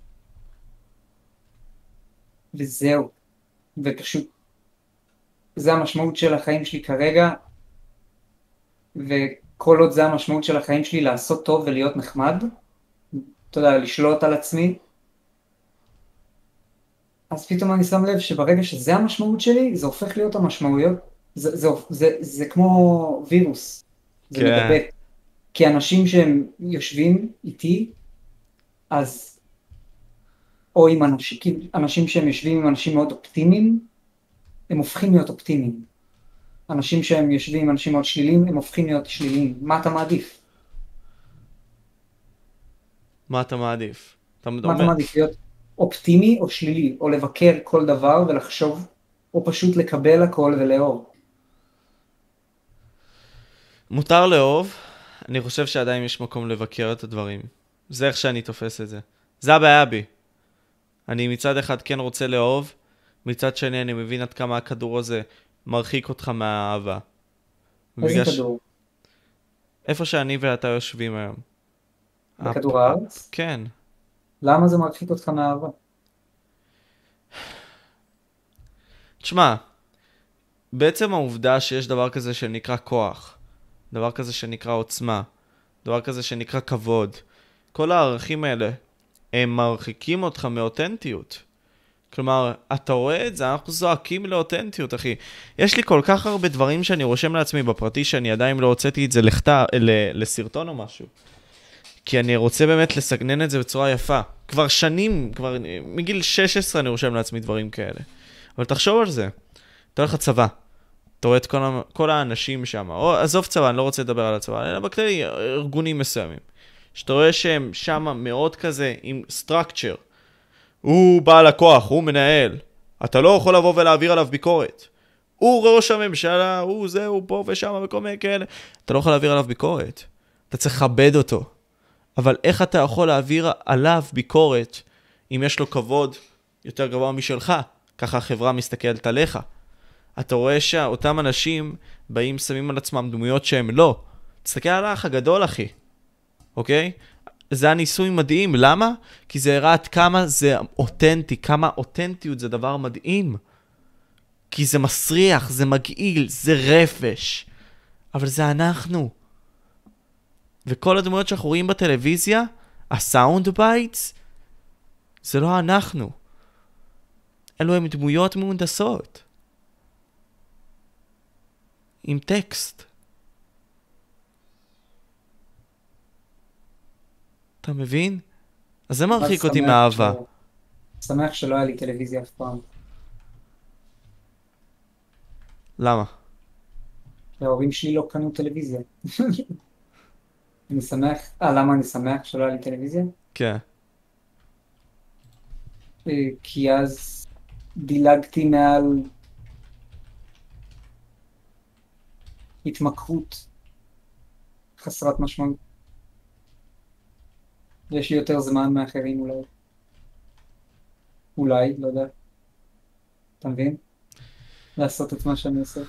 וזהו. ופשוט, זה המשמעות של החיים שלי כרגע, וכל עוד זה המשמעות של החיים שלי לעשות טוב ולהיות נחמד, אתה יודע, לשלוט על עצמי, אז פתאום אני שם לב שברגע שזה המשמעות שלי, זה הופך להיות המשמעויות, זה, זה, זה, זה כמו וירוס, זה כן. מדבק. כי אנשים שהם יושבים איתי, אז, או עם אנשים, כי אנשים שהם יושבים עם אנשים מאוד אופטימיים, הם הופכים להיות אופטימיים. אנשים שהם יושבים עם אנשים מאוד שליליים, הם הופכים להיות שליליים. מה אתה מעדיף? מה אתה מעדיף? אתה מה אתה מעדיף? להיות אופטימי או שלילי? או לבקר כל דבר ולחשוב, או פשוט לקבל הכל ולאהוב? מותר לאהוב, אני חושב שעדיין יש מקום לבקר את הדברים. זה איך שאני תופס את זה. זה הבעיה בי. אני מצד אחד כן רוצה לאהוב, מצד שני אני מבין עד כמה הכדור הזה מרחיק אותך מהאהבה. איזה ובגלל ש- כדור? איפה שאני ואתה יושבים היום. בכדור הפ- הארץ? כן. למה זה מרחיק אותך מהאהבה? תשמע, בעצם העובדה שיש דבר כזה שנקרא כוח, דבר כזה שנקרא עוצמה, דבר כזה שנקרא כבוד, כל הערכים האלה, הם מרחיקים אותך מאותנטיות. כלומר, אתה רואה את זה, אנחנו זועקים לאותנטיות, אחי. יש לי כל כך הרבה דברים שאני רושם לעצמי בפרטי, שאני עדיין לא הוצאתי את זה לכתב, ל- לסרטון או משהו. כי אני רוצה באמת לסגנן את זה בצורה יפה. כבר שנים, כבר מגיל שש עשרה אני רושם לעצמי דברים כאלה. אבל תחשוב על זה. אתה הולך לצבא. אתה רואה את כל, ה- כל האנשים שם. או עזוב צבא, אני לא רוצה לדבר על הצבא, אלא בכללי ארגונים מסוימים. שאתה רואה שהם שם מאוד כזה עם structure. הוא בעל הכוח, הוא מנהל. אתה לא יכול לבוא ולהעביר עליו ביקורת. הוא ראש הממשלה, הוא זה, הוא פה ושם וכל מיני כאלה. אתה לא יכול להעביר עליו ביקורת. אתה צריך לכבד אותו. אבל איך אתה יכול להעביר עליו ביקורת, אם יש לו כבוד יותר גבוה משלך? ככה החברה מסתכלת עליך. אתה רואה שאותם אנשים באים שמים על עצמם דמויות שהם לא. תסתכל על האח הגדול, אחי. אוקיי? זה היה ניסוי מדהים. למה? כי זה הראה עד כמה זה אותנטי, כמה אותנטיות זה דבר מדהים. כי זה מסריח, זה מגעיל, זה רפש. אבל זה אנחנו. וכל הדמויות שאנחנו רואים בטלוויזיה, הסאונד בייטס, זה לא אנחנו. אלו הם דמויות מהונדסות. עם טקסט. אתה מבין? אז זה מרחיק אותי מאהבה. שמח שלא היה לי טלוויזיה אף פעם. למה? ההורים שלי לא קנו טלוויזיה. אני שמח, אה, למה אני שמח שלא היה לי טלוויזיה? כן. כי אז דילגתי מעל התמכרות חסרת משמעות. יש לי יותר זמן מאחרים אולי. אולי, לא יודע. אתה מבין? לעשות את מה שאני עושה.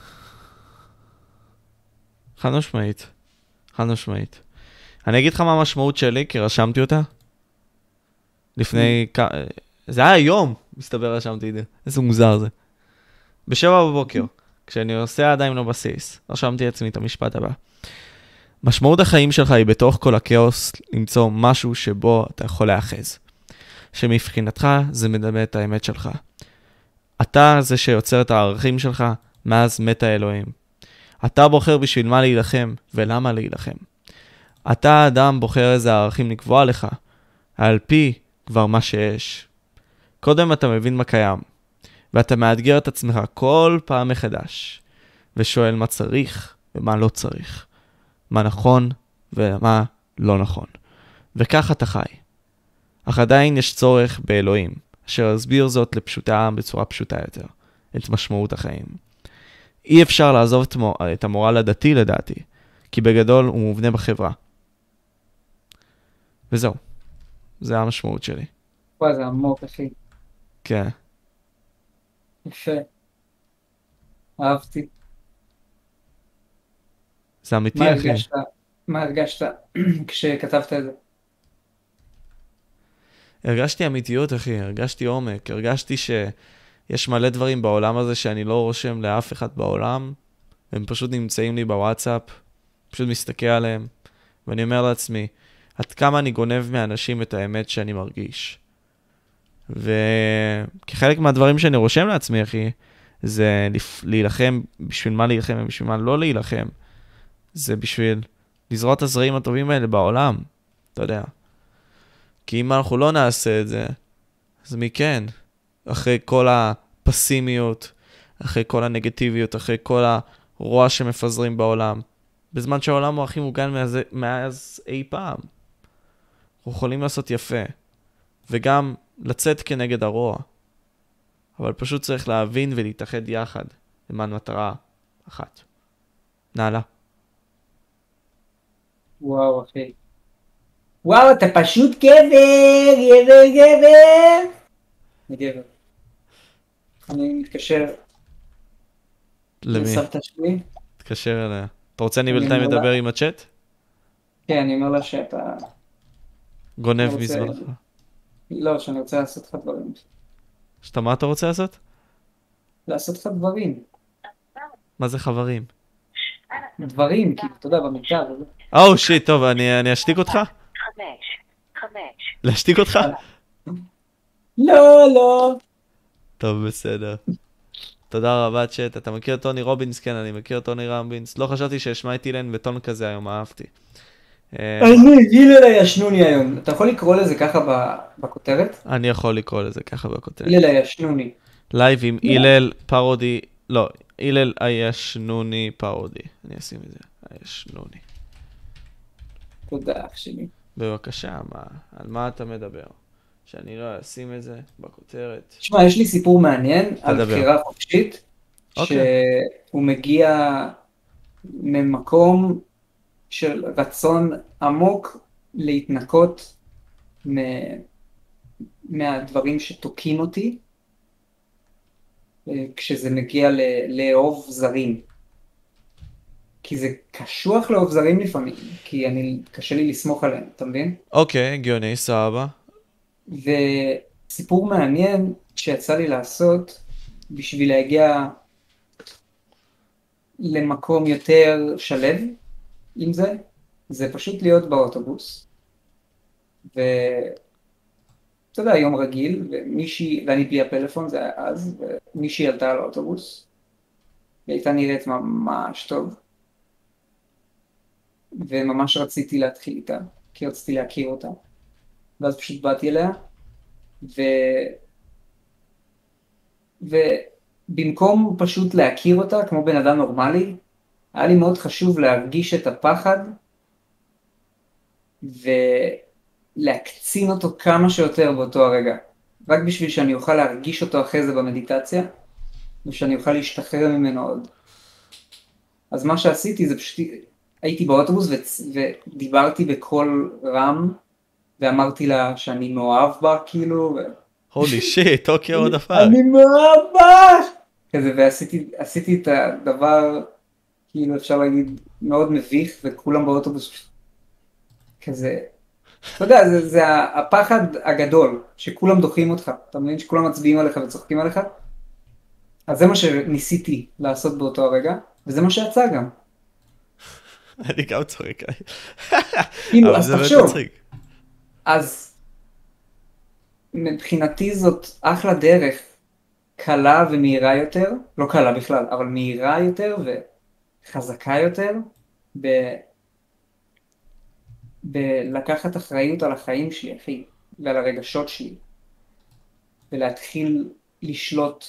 חד משמעית. חד משמעית. אני אגיד לך מה המשמעות שלי, כי רשמתי אותה. לפני... זה היה היום, מסתבר רשמתי את זה. איזה מוזר זה. בשבע בבוקר, כשאני עושה עדיין לא בסיס, רשמתי לעצמי את המשפט הבא. משמעות החיים שלך היא בתוך כל הכאוס למצוא משהו שבו אתה יכול להאחז. שמבחינתך זה מדמה את האמת שלך. אתה זה שיוצר את הערכים שלך, מאז מת האלוהים. אתה בוחר בשביל מה להילחם ולמה להילחם. אתה האדם בוחר איזה ערכים לקבוע לך, על פי כבר מה שיש. קודם אתה מבין מה קיים, ואתה מאתגר את עצמך כל פעם מחדש, ושואל מה צריך ומה לא צריך, מה נכון ומה לא נכון. וכך אתה חי. אך עדיין יש צורך באלוהים, אשר הסביר זאת לפשוטה בצורה פשוטה יותר, את משמעות החיים. אי אפשר לעזוב את, מור... את המורל הדתי לדעתי, כי בגדול הוא מובנה בחברה. וזהו, זה המשמעות שלי. וואי, זה עמוק, אחי. כן. יפה. אהבתי. זה אמיתי, מה אחי. הרגשת, מה הרגשת כשכתבת את זה? הרגשתי אמיתיות, אחי. הרגשתי עומק. הרגשתי שיש מלא דברים בעולם הזה שאני לא רושם לאף אחד בעולם. הם פשוט נמצאים לי בוואטסאפ. פשוט מסתכל עליהם. ואני אומר לעצמי, עד כמה אני גונב מאנשים את האמת שאני מרגיש. וכחלק מהדברים שאני רושם לעצמי, אחי, זה להילחם, בשביל מה להילחם ובשביל מה לא להילחם. זה בשביל לזרוע את הזרעים הטובים האלה בעולם. אתה יודע. כי אם אנחנו לא נעשה את זה, אז מי כן? אחרי כל הפסימיות, אחרי כל הנגטיביות, אחרי כל הרוע שמפזרים בעולם. בזמן שהעולם הוא הכי מוגן מאז, מאז אי פעם. אנחנו יכולים לעשות יפה. וגם לצאת כנגד הרוע. אבל פשוט צריך להבין ולהתאחד יחד למען מטרה אחת. נעלה. וואו, אחי. וואו, אתה פשוט גבר, גבר, גבר. אני גבר. אני מתקשר למי? לסבתא שלי. תתקשר אליה. אתה רוצה אני בינתיים לדבר עם הצ'אט? כן, אני אומר לה שאתה... גונב רוצה- מזמנך. לא, שאני רוצה לעשות לך דברים. שאתה מה אתה רוצה לעשות? לעשות לך דברים. מה זה חברים? דברים, כאילו, אתה יודע, במקרה. וזה. או שיט, טוב, אני אני אשתיק אותך? חמש, חמש. להשתיק אותך? לא, לא. טוב, בסדר. תודה רבה, צ'אט. אתה מכיר טוני רובינס? כן, אני מכיר טוני רובינס. לא חשבתי שאשמע את אילן בטון כזה היום, אהבתי. אה, אני הלל הישנוני היום. אתה יכול לקרוא לזה ככה ב- בכותרת? אני יכול לקרוא לזה ככה בכותרת. הלל הישנוני. לייב עם הלל פרודי, לא, הלל הישנוני פרודי. אני אשים את זה, הישנוני. תודה, אח שלי. בבקשה, מה, על מה אתה מדבר? שאני לא אשים את זה בכותרת. תשמע, יש לי סיפור מעניין על תדבר. בחירה חופשית, אוקיי. שהוא מגיע ממקום של רצון עמוק להתנקות מ- מהדברים שתוקעים אותי, אה, כשזה מגיע ל- לאהוב זרים. כי זה קשוח לאהוב זרים לפעמים, כי אני, קשה לי לסמוך עליהם, אתה מבין? אוקיי, הגיוני, סבבה. וסיפור מעניין שיצא לי לעשות בשביל להגיע למקום יותר שלב עם זה, זה פשוט להיות באוטובוס. ואתה יודע, יום רגיל, ומישהי, ואני בלי הפלאפון, זה היה אז, ומישהי עלתה על האוטובוס, היא הייתה נראית ממש טוב, וממש רציתי להתחיל איתה, כי רציתי להכיר אותה. ואז פשוט באתי אליה, ו... ובמקום פשוט להכיר אותה כמו בן אדם נורמלי, היה לי מאוד חשוב להרגיש את הפחד, ולהקצין אותו כמה שיותר באותו הרגע. רק בשביל שאני אוכל להרגיש אותו אחרי זה במדיטציה, ושאני אוכל להשתחרר ממנו עוד. אז מה שעשיתי זה פשוט, הייתי באוטובוס ו... ודיברתי בקול רם, ואמרתי לה שאני מאוהב בה, כאילו, ו... הולי שיט, אוקיי, עוד הפעם. אני מאוהב בה! כזה, ועשיתי עשיתי את הדבר, כאילו אפשר להגיד, מאוד מביך, וכולם באוטובוס כזה, אתה יודע, זה, זה הפחד הגדול, שכולם דוחים אותך, אתה מבין שכולם מצביעים עליך וצוחקים עליך? אז זה מה שניסיתי לעשות באותו הרגע, וזה מה שיצא גם. אני גם צוחק. כאילו, אז תחשוב. מצחיק. אז מבחינתי זאת אחלה דרך, קלה ומהירה יותר, לא קלה בכלל, אבל מהירה יותר וחזקה יותר, ב... בלקחת אחריות על החיים שלי, אחי, ועל הרגשות שלי, ולהתחיל לשלוט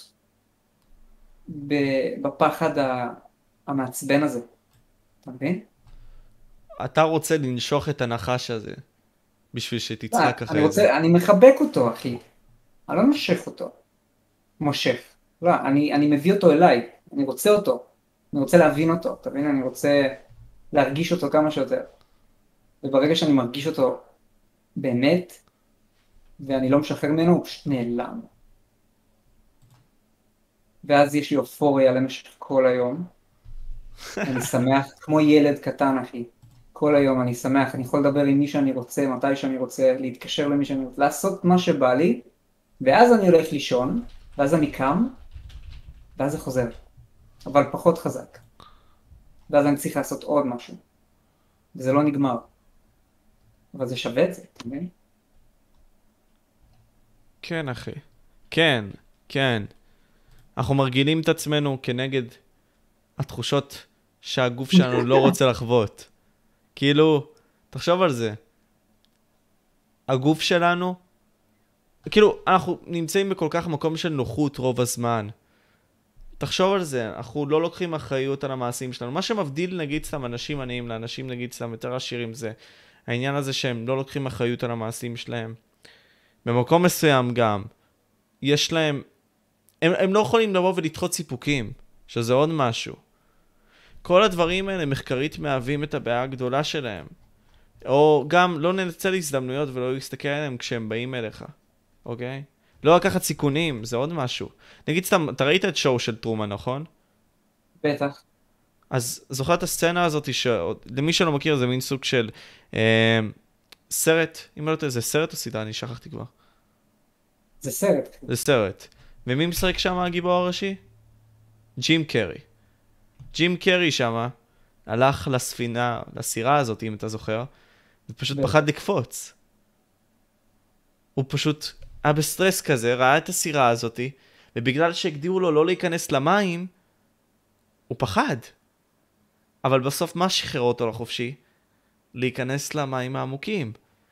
בפחד המעצבן הזה, אתה מבין? אתה רוצה לנשוך את הנחש הזה, בשביל שתצחק אחרי אני זה. רוצה, אני מחבק אותו, אחי. אני לא מושך אותו. מושך. לא, אני, אני מביא אותו אליי. אני רוצה אותו. אני רוצה להבין אותו. אתה מבין? אני רוצה להרגיש אותו כמה שיותר. וברגע שאני מרגיש אותו באמת, ואני לא משחרר ממנו, הוא פשוט נעלם. ואז יש לי אופוריה למשך כל היום. אני שמח, כמו ילד קטן, אחי. כל היום אני שמח, אני יכול לדבר עם מי שאני רוצה, מתי שאני רוצה, להתקשר למי שאני רוצה, לעשות מה שבא לי, ואז אני הולך לישון, ואז אני קם, ואז זה חוזר. אבל פחות חזק. ואז אני צריך לעשות עוד משהו. וזה לא נגמר. אבל זה שווה את זה, אתה מבין? כן, אחי. כן, כן. אנחנו מרגילים את עצמנו כנגד התחושות שהגוף שלנו לא רוצה לחוות. כאילו, תחשוב על זה. הגוף שלנו, כאילו, אנחנו נמצאים בכל כך מקום של נוחות רוב הזמן. תחשוב על זה, אנחנו לא לוקחים אחריות על המעשים שלנו. מה שמבדיל, נגיד, סתם אנשים עניים לאנשים, נגיד, סתם יותר עשירים, זה העניין הזה שהם לא לוקחים אחריות על המעשים שלהם. במקום מסוים גם, יש להם, הם, הם לא יכולים לבוא ולדחות סיפוקים, שזה עוד משהו. כל הדברים האלה מחקרית מהווים את הבעיה הגדולה שלהם. או גם לא ננצל הזדמנויות ולא להסתכל עליהם כשהם באים אליך. אוקיי? לא לקחת סיכונים, זה עוד משהו. נגיד סתם, אתה ראית את שואו של טרומן, נכון? בטח. אז זוכר את הסצנה הזאת, למי שלא מכיר, זה מין סוג של אה, סרט, אם לא יודעת, זה סרט או סדרה, אני שכחתי כבר. זה סרט. זה סרט. ומי משחק שם הגיבור הראשי? ג'ים קרי. ג'ים קרי שם הלך לספינה, לסירה הזאת, אם אתה זוכר, ופשוט פחד לקפוץ. הוא פשוט היה בסטרס כזה, ראה את הסירה הזאת, ובגלל שהגדירו לו לא להיכנס למים, הוא פחד. אבל בסוף מה שחרר אותו לחופשי? להיכנס למים העמוקים.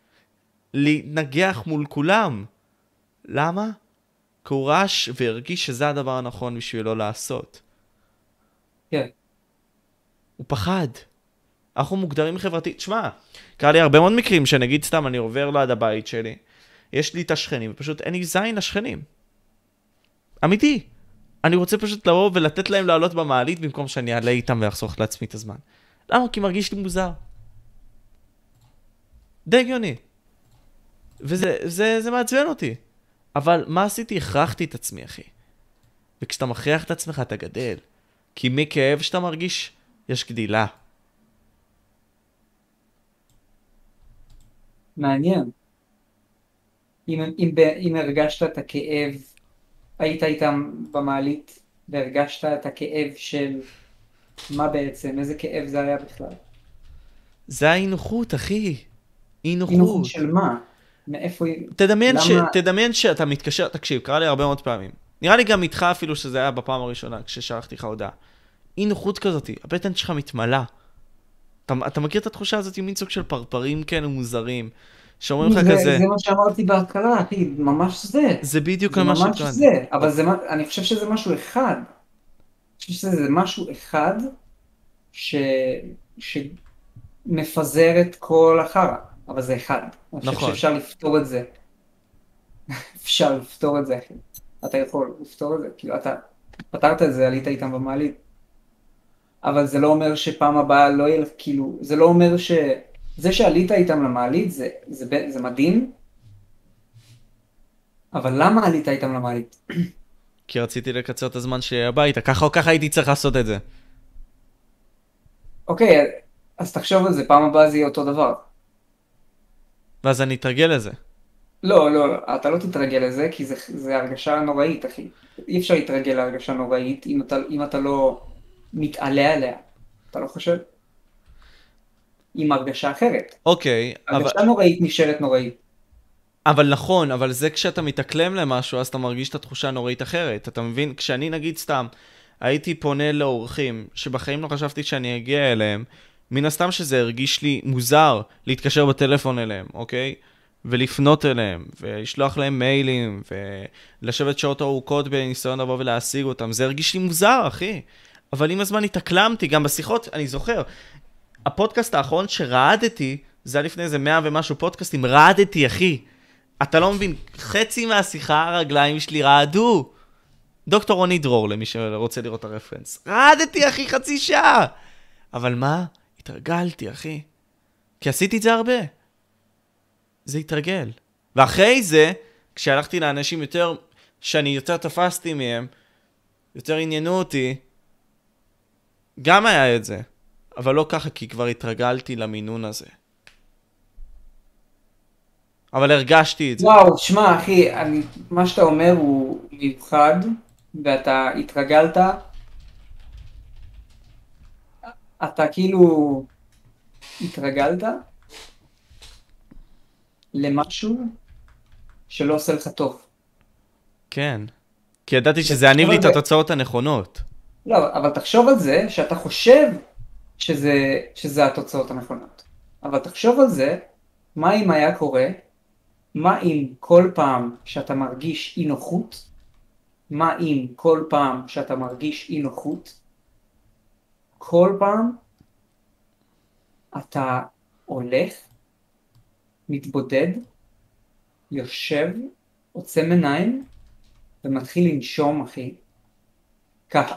לנגח מול כולם. למה? כי הוא רש והרגיש שזה הדבר הנכון בשבילו לעשות. כן. הוא פחד. אנחנו מוגדרים חברתית. שמע, קרה לי הרבה מאוד מקרים שנגיד סתם אני עובר ליד הבית שלי, יש לי את השכנים, ופשוט אין לי זין לשכנים. אמיתי. אני רוצה פשוט לבוא ולתת להם לעלות במעלית במקום שאני אעלה איתם ואחסוך לעצמי את הזמן. למה? כי מרגיש לי מוזר. די הגיוני. וזה זה, זה מעצבן אותי. אבל מה עשיתי? הכרחתי את עצמי, אחי. וכשאתה מכריח את עצמך, אתה גדל. כי מכאב שאתה מרגיש, יש גדילה. מעניין. אם, אם, ב- אם הרגשת את הכאב, היית איתם במעלית, והרגשת את הכאב של מה בעצם, איזה כאב זה היה בכלל? זה האי-נוחות, אחי. אי-נוחות. אי-נוחות של מה? מאיפה היא... תדמיין, למה... ש... תדמיין שאתה מתקשר, תקשיב, קרה לי הרבה מאוד פעמים. נראה לי גם איתך אפילו שזה היה בפעם הראשונה, כששלחתי לך הודעה. אי נוחות כזאת, הבטן שלך מתמלאה. אתה, אתה מכיר את התחושה הזאת עם מין סוג של פרפרים כאלה מוזרים, שאומרים לך זה, כזה... זה מה שאמרתי בהתחלה, אחי, ממש זה. זה בדיוק זה מה ממש שכאן. זה, אבל זה, אני חושב שזה משהו אחד. אני חושב שזה משהו אחד ש... שמפזר את כל החרא, אבל זה אחד. אני חושב נכון. שאפשר לפתור את זה. אפשר לפתור את זה, אחי. אתה יכול לפתור את זה, כאילו אתה פתרת את זה, עלית איתם במעלית. אבל זה לא אומר שפעם הבאה לא יהיה, כאילו, זה לא אומר ש... זה שעלית איתם למעלית זה, זה, זה מדהים, אבל למה עלית איתם למעלית? כי רציתי לקצר את הזמן שיהיה הביתה, ככה או ככה הייתי צריך לעשות את זה. אוקיי, אז תחשוב על זה, פעם הבאה זה יהיה אותו דבר. ואז אני אתרגל לזה. לא, לא, אתה לא תתרגל לזה, כי זה, זה הרגשה נוראית, אחי. אי אפשר להתרגל להרגשה נוראית אם אתה, אם אתה לא מתעלה עליה. אתה לא חושב? עם הרגשה אחרת. אוקיי, הרגשה אבל... נוראית נשארת נוראית. אבל נכון, אבל זה כשאתה מתאקלם למשהו, אז אתה מרגיש את התחושה הנוראית אחרת. אתה מבין? כשאני נגיד סתם, הייתי פונה לאורחים, שבחיים לא חשבתי שאני אגיע אליהם, מן הסתם שזה הרגיש לי מוזר להתקשר בטלפון אליהם, אוקיי? ולפנות אליהם, ולשלוח להם מיילים, ולשבת שעות ארוכות בניסיון לבוא ולהשיג אותם. זה הרגיש לי מוזר, אחי. אבל עם הזמן התאקלמתי, גם בשיחות, אני זוכר, הפודקאסט האחרון שרעדתי, זה היה לפני איזה מאה ומשהו פודקאסטים, רעדתי, אחי. אתה לא מבין, חצי מהשיחה הרגליים שלי רעדו. דוקטור רוני דרור, למי שרוצה לראות את הרפרנס. רעדתי, אחי, חצי שעה. אבל מה? התרגלתי, אחי. כי עשיתי את זה הרבה. זה התרגל. ואחרי זה, כשהלכתי לאנשים יותר, שאני יותר תפסתי מהם, יותר עניינו אותי, גם היה את זה. אבל לא ככה, כי כבר התרגלתי למינון הזה. אבל הרגשתי את זה. וואו, שמע, אחי, אני, מה שאתה אומר הוא מיוחד, ואתה התרגלת, אתה כאילו התרגלת למשהו שלא עושה לך טוב. כן. כי ידעתי שזה יניב לי את התוצאות הנכונות. לא, אבל תחשוב על זה שאתה חושב שזה, שזה התוצאות הנכונות. אבל תחשוב על זה, מה אם היה קורה, מה אם כל פעם שאתה מרגיש אי נוחות, מה אם כל פעם שאתה מרגיש אי נוחות, כל פעם אתה הולך, מתבודד, יושב, עוצם עיניים, ומתחיל לנשום, אחי, ככה.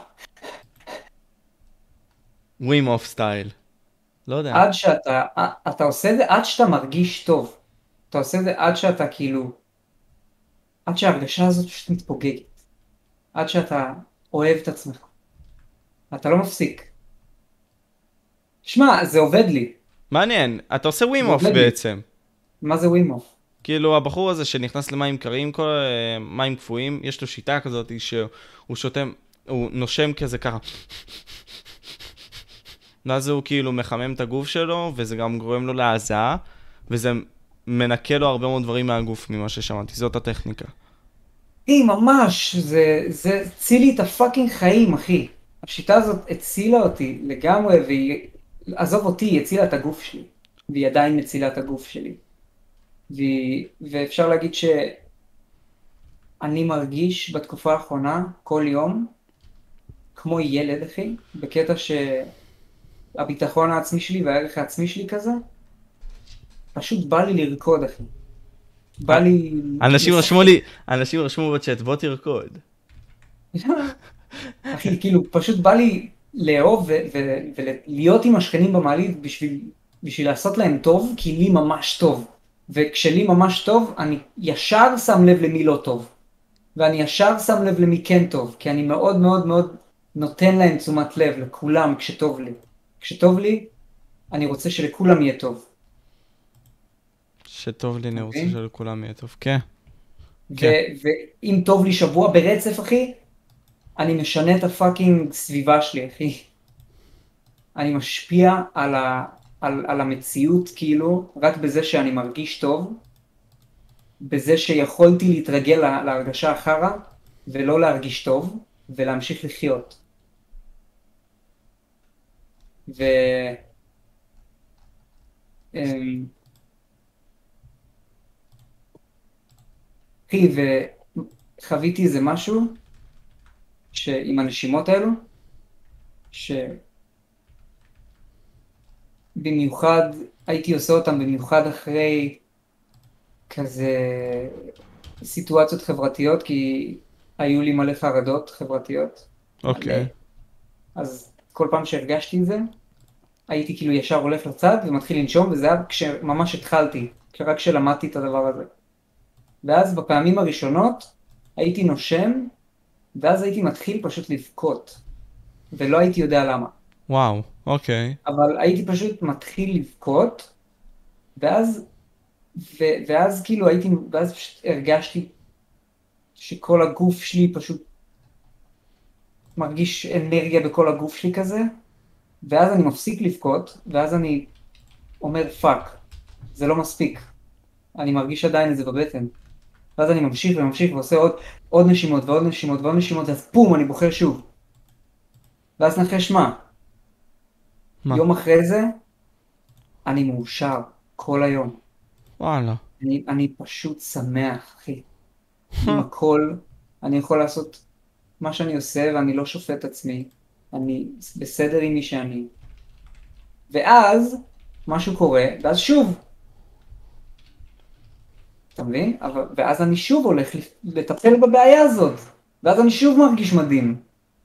ווים אוף סטייל. לא יודע. עד שאתה, אתה עושה את זה עד שאתה מרגיש טוב. אתה עושה את זה עד שאתה כאילו, עד שההרגשה הזאת פשוט מתפוגגת. עד שאתה אוהב את עצמך. אתה לא מפסיק. שמע, זה עובד לי. מעניין, אתה עושה ווים אוף בעצם. מה זה ווים אוף? כאילו הבחור הזה שנכנס למים קרים, כל מים קפואים, יש לו שיטה כזאת שהוא שותם, הוא נושם כזה ככה. ואז הוא כאילו מחמם את הגוף שלו, וזה גם גורם לו להזעה, וזה מנקה לו הרבה מאוד דברים מהגוף ממה ששמעתי, זאת הטכניקה. אי, ממש, זה, זה הציל לי את הפאקינג חיים, אחי. השיטה הזאת הצילה אותי לגמרי, והיא, עזוב אותי, היא הצילה את הגוף שלי. והיא עדיין מצילה את הגוף שלי. ו... ואפשר להגיד שאני מרגיש בתקופה האחרונה, כל יום, כמו ילד, אחי, בקטע שהביטחון העצמי שלי והערך העצמי שלי כזה, פשוט בא לי לרקוד, אחי. בא לי... אנשים רשמו לי, אנשים רשמו בצ'אט, בוא תרקוד. אחי, כאילו, פשוט בא לי לאהוב ולהיות עם השכנים במעלית בשביל בשביל לעשות להם טוב, כי לי ממש טוב. וכשלי ממש טוב, אני ישר שם לב למי לא טוב. ואני ישר שם לב למי כן טוב, כי אני מאוד מאוד מאוד נותן להם תשומת לב, לכולם, כשטוב לי. כשטוב לי, אני רוצה שלכולם יהיה טוב. שטוב לי, אני רוצה אוקיי. שלכולם יהיה טוב. כן. ו- כן. ואם טוב לי שבוע ברצף, אחי, אני משנה את הפאקינג סביבה שלי, אחי. אני משפיע על, ה- על, על המציאות, כאילו, רק בזה שאני מרגיש טוב, בזה שיכולתי להתרגל לה- להרגשה אחרה, ולא להרגיש טוב, ולהמשיך לחיות. ו... אמ, אחי, וחוויתי איזה משהו, שעם הנשימות האלו, שבמיוחד, הייתי עושה אותם במיוחד אחרי כזה סיטואציות חברתיות, כי היו לי מלא חרדות חברתיות. אוקיי. מלא. אז כל פעם שהרגשתי את זה, הייתי כאילו ישר הולך לצד ומתחיל לנשום, וזה היה כשממש התחלתי, רק כשלמדתי את הדבר הזה. ואז בפעמים הראשונות הייתי נושם, ואז הייתי מתחיל פשוט לבכות, ולא הייתי יודע למה. וואו, אוקיי. אבל הייתי פשוט מתחיל לבכות, ואז, ו, ואז כאילו הייתי, ואז פשוט הרגשתי שכל הגוף שלי פשוט מרגיש אנרגיה בכל הגוף שלי כזה, ואז אני מפסיק לבכות, ואז אני אומר פאק, זה לא מספיק, אני מרגיש עדיין את זה בבטן. ואז אני ממשיך וממשיך ועושה עוד, עוד נשימות ועוד נשימות ועוד נשימות, אז פום, אני בוחר שוב. ואז נחש מה? מה? יום אחרי זה, אני מאושר כל היום. וואלה. אני, אני פשוט שמח, אחי. עם הכל, אני יכול לעשות מה שאני עושה ואני לא שופט עצמי. אני בסדר עם מי שאני. ואז, משהו קורה, ואז שוב. אתה מבין? אבל, ואז אני שוב הולך לטפל בבעיה הזאת. ואז אני שוב מרגיש מדהים.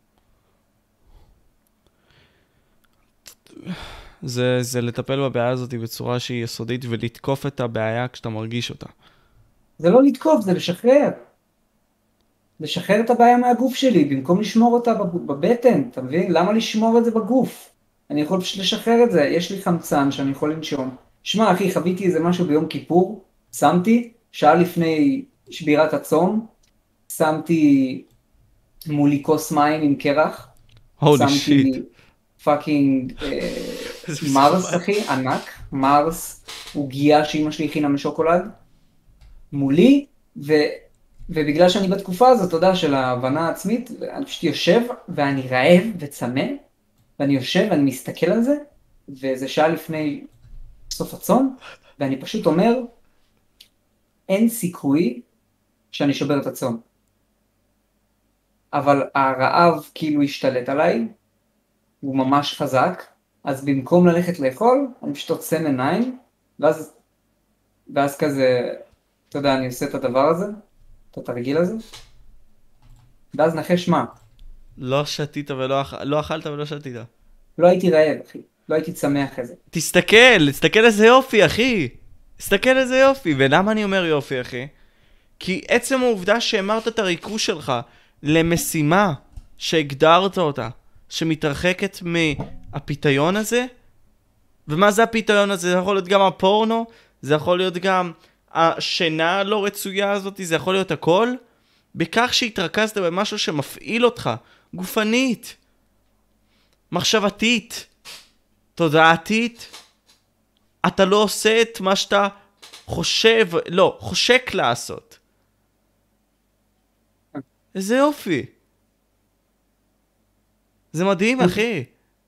זה, זה לטפל בבעיה הזאת בצורה שהיא יסודית ולתקוף את הבעיה כשאתה מרגיש אותה. זה לא לתקוף, זה לשחרר. לשחרר את הבעיה מהגוף שלי, במקום לשמור אותה בבטן, אתה מבין? למה לשמור את זה בגוף? אני יכול פשוט לשחרר את זה, יש לי חמצן שאני יכול לנשום. שמע, אחי, חוויתי איזה משהו ביום כיפור, שמתי, שעה לפני שבירת הצום, שמתי מולי כוס מים עם קרח, הולי שמתי שיט. פאקינג מרס, אחי, ענק, מרס, עוגיה שאמא שלי הכינה משוקולד, מולי, ו... ובגלל שאני בתקופה הזאת, אתה יודע, של ההבנה העצמית, אני פשוט יושב ואני רעב וצמא, ואני יושב ואני מסתכל על זה, וזה שעה לפני סוף הצום, ואני פשוט אומר, אין סיכוי שאני שובר את הצום. אבל הרעב כאילו השתלט עליי, הוא ממש חזק, אז במקום ללכת לאכול, אני פשוט עוצם עיניים, ואז, ואז כזה, אתה יודע, אני עושה את הדבר הזה, את התרגיל הזה, ואז נחש מה? לא שתית ולא אכ... לא אכלת ולא שתית. לא הייתי רעב, אחי. לא הייתי צמח איזה. תסתכל, תסתכל איזה יופי, אחי. תסתכל איזה יופי. ולמה אני אומר יופי, אחי? כי עצם העובדה שהמרת את הריכוז שלך למשימה שהגדרת אותה, שמתרחקת מהפיתיון הזה, ומה זה הפיתיון הזה? זה יכול להיות גם הפורנו, זה יכול להיות גם השינה הלא רצויה הזאת, זה יכול להיות הכל, בכך שהתרכזת במשהו שמפעיל אותך, גופנית, מחשבתית, תודעתית, אתה לא עושה את מה שאתה חושב, לא, חושק לעשות. איזה יופי. זה מדהים, אחי.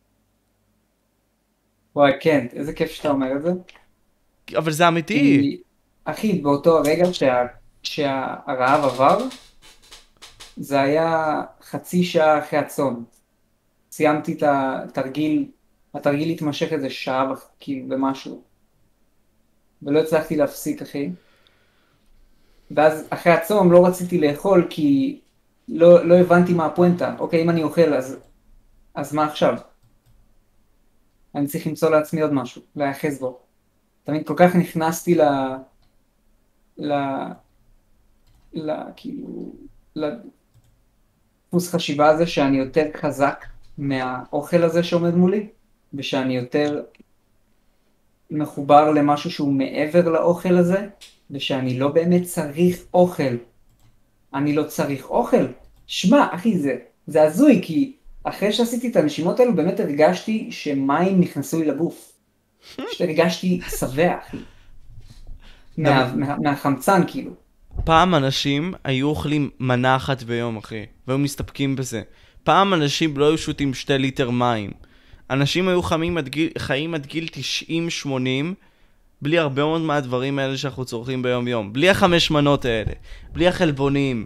וואי, כן, איזה כיף שאתה אומר את זה. אבל זה אמיתי. כי, אחי, באותו הרגע שה, שהרעב עבר, זה היה חצי שעה אחרי הצום. סיימתי את התרגיל, התרגיל התמשך איזה שעה כאילו במשהו. ולא הצלחתי להפסיק, אחי. ואז אחרי הצום לא רציתי לאכול כי לא, לא הבנתי מה הפואנטה. אוקיי, אם אני אוכל, אז, אז מה עכשיו? אני צריך למצוא לעצמי עוד משהו, להיאחז בו. תמיד כל כך נכנסתי ל... ל... ל... כאילו... לדפוס חשיבה הזה שאני יותר חזק מהאוכל הזה שעומד מולי, ושאני יותר מחובר למשהו שהוא מעבר לאוכל הזה, ושאני לא באמת צריך אוכל. אני לא צריך אוכל. שמע, אחי, זה, זה הזוי, כי אחרי שעשיתי את הנשימות האלו, באמת הרגשתי שמים נכנסו לי לגוף. פשוט הרגשתי שבע, אחי. מה, מה, מהחמצן, כאילו. פעם אנשים היו אוכלים מנה אחת ביום, אחי, והיו מסתפקים בזה. פעם אנשים לא היו שותים שתי ליטר מים. אנשים היו חיים עד גיל, חיים עד גיל תשעים שמונים, בלי הרבה מאוד מהדברים האלה שאנחנו צורכים ביום יום. בלי החמש מנות האלה. בלי החלבונים.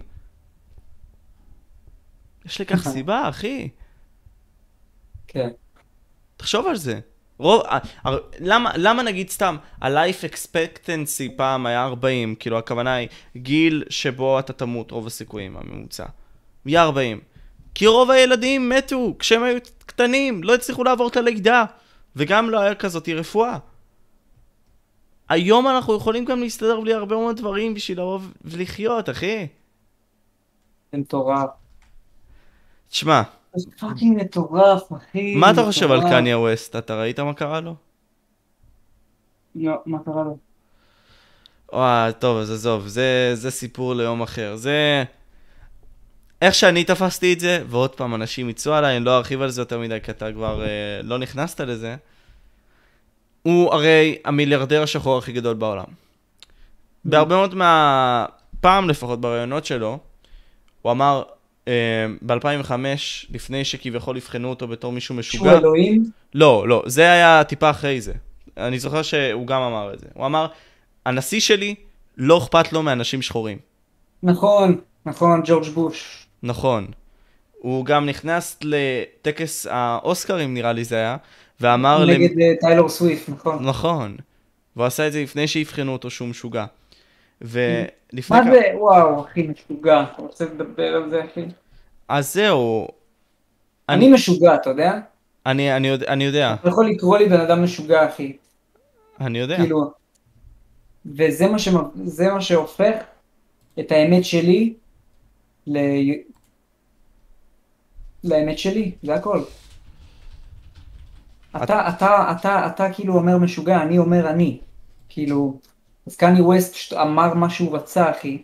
יש לכך סיבה, אחי. כן. תחשוב על זה. רוב, למה, למה נגיד סתם, ה-life expectancy פעם היה ארבעים, כאילו הכוונה היא גיל שבו אתה תמות, רוב הסיכויים, הממוצע. יהיה ארבעים. כי רוב הילדים מתו כשהם היו קטנים, לא הצליחו לעבור את הלידה, וגם לא היה כזאת רפואה. היום אנחנו יכולים גם להסתדר בלי הרבה מאוד דברים בשביל לרוב ולחיות, אחי. זה מטורף. תשמע. זה פאקינג מטורף, אחי. מה אתה חושב על קניה ווסט? אתה ראית מה קרה לו? לא, מה קרה לו? וואי, טוב, אז עזוב, זה, זה סיפור ליום אחר. זה... איך שאני תפסתי את זה, ועוד פעם אנשים יצאו עליי, אני לא ארחיב על זה יותר מדי, כי אתה כבר אה, לא נכנסת לזה. הוא הרי המיליארדר השחור הכי גדול בעולם. בהרבה מאוד מה... פעם לפחות ברעיונות שלו, הוא אמר, אה, ב-אלפיים וחמש, לפני שכביכול יבחנו אותו בתור מישהו משוגע... שהוא אלוהים? לא, לא, זה היה טיפה אחרי זה. אני זוכר שהוא גם אמר את זה. הוא אמר, הנשיא שלי לא אכפת לו מאנשים שחורים. נכון, נכון, ג'ורג' בוש. נכון. הוא גם נכנס לטקס האוסקרים, נראה לי זה היה, ואמר... נגד למ... טיילור סוויפט, נכון. נכון. והוא עשה את זה לפני שיבחנו אותו שהוא משוגע. ולפני... מה כ... זה? וואו, אחי, משוגע. אתה רוצה לדבר על זה, אחי? אז זהו. אני, אני משוגע, אתה יודע? אני, אני, יודע, אני יודע. אתה יכול לקרוא לי בן אדם משוגע, אחי. אני יודע. כאילו... וזה מה, ש... זה מה שהופך את האמת שלי ל... לאמת שלי, זה הכל. אתה, אתה, אתה, אתה כאילו אומר משוגע, אני אומר אני. כאילו, אז קניה ווסט אמר מה שהוא רצה, אחי.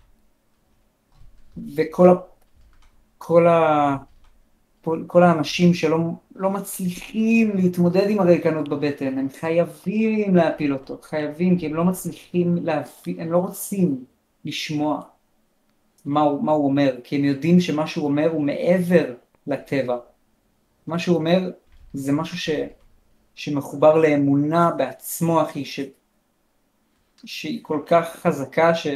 וכל ה... כל ה... כל האנשים שלא לא מצליחים להתמודד עם הריקנות בבטן, הם חייבים להפיל אותו, חייבים, כי הם לא מצליחים להפיל, הם לא רוצים לשמוע מה הוא, מה הוא אומר, כי הם יודעים שמה שהוא אומר הוא מעבר לטבע. מה שהוא אומר זה משהו ש, שמחובר לאמונה בעצמו, אחי, ש, שהיא כל כך חזקה ש,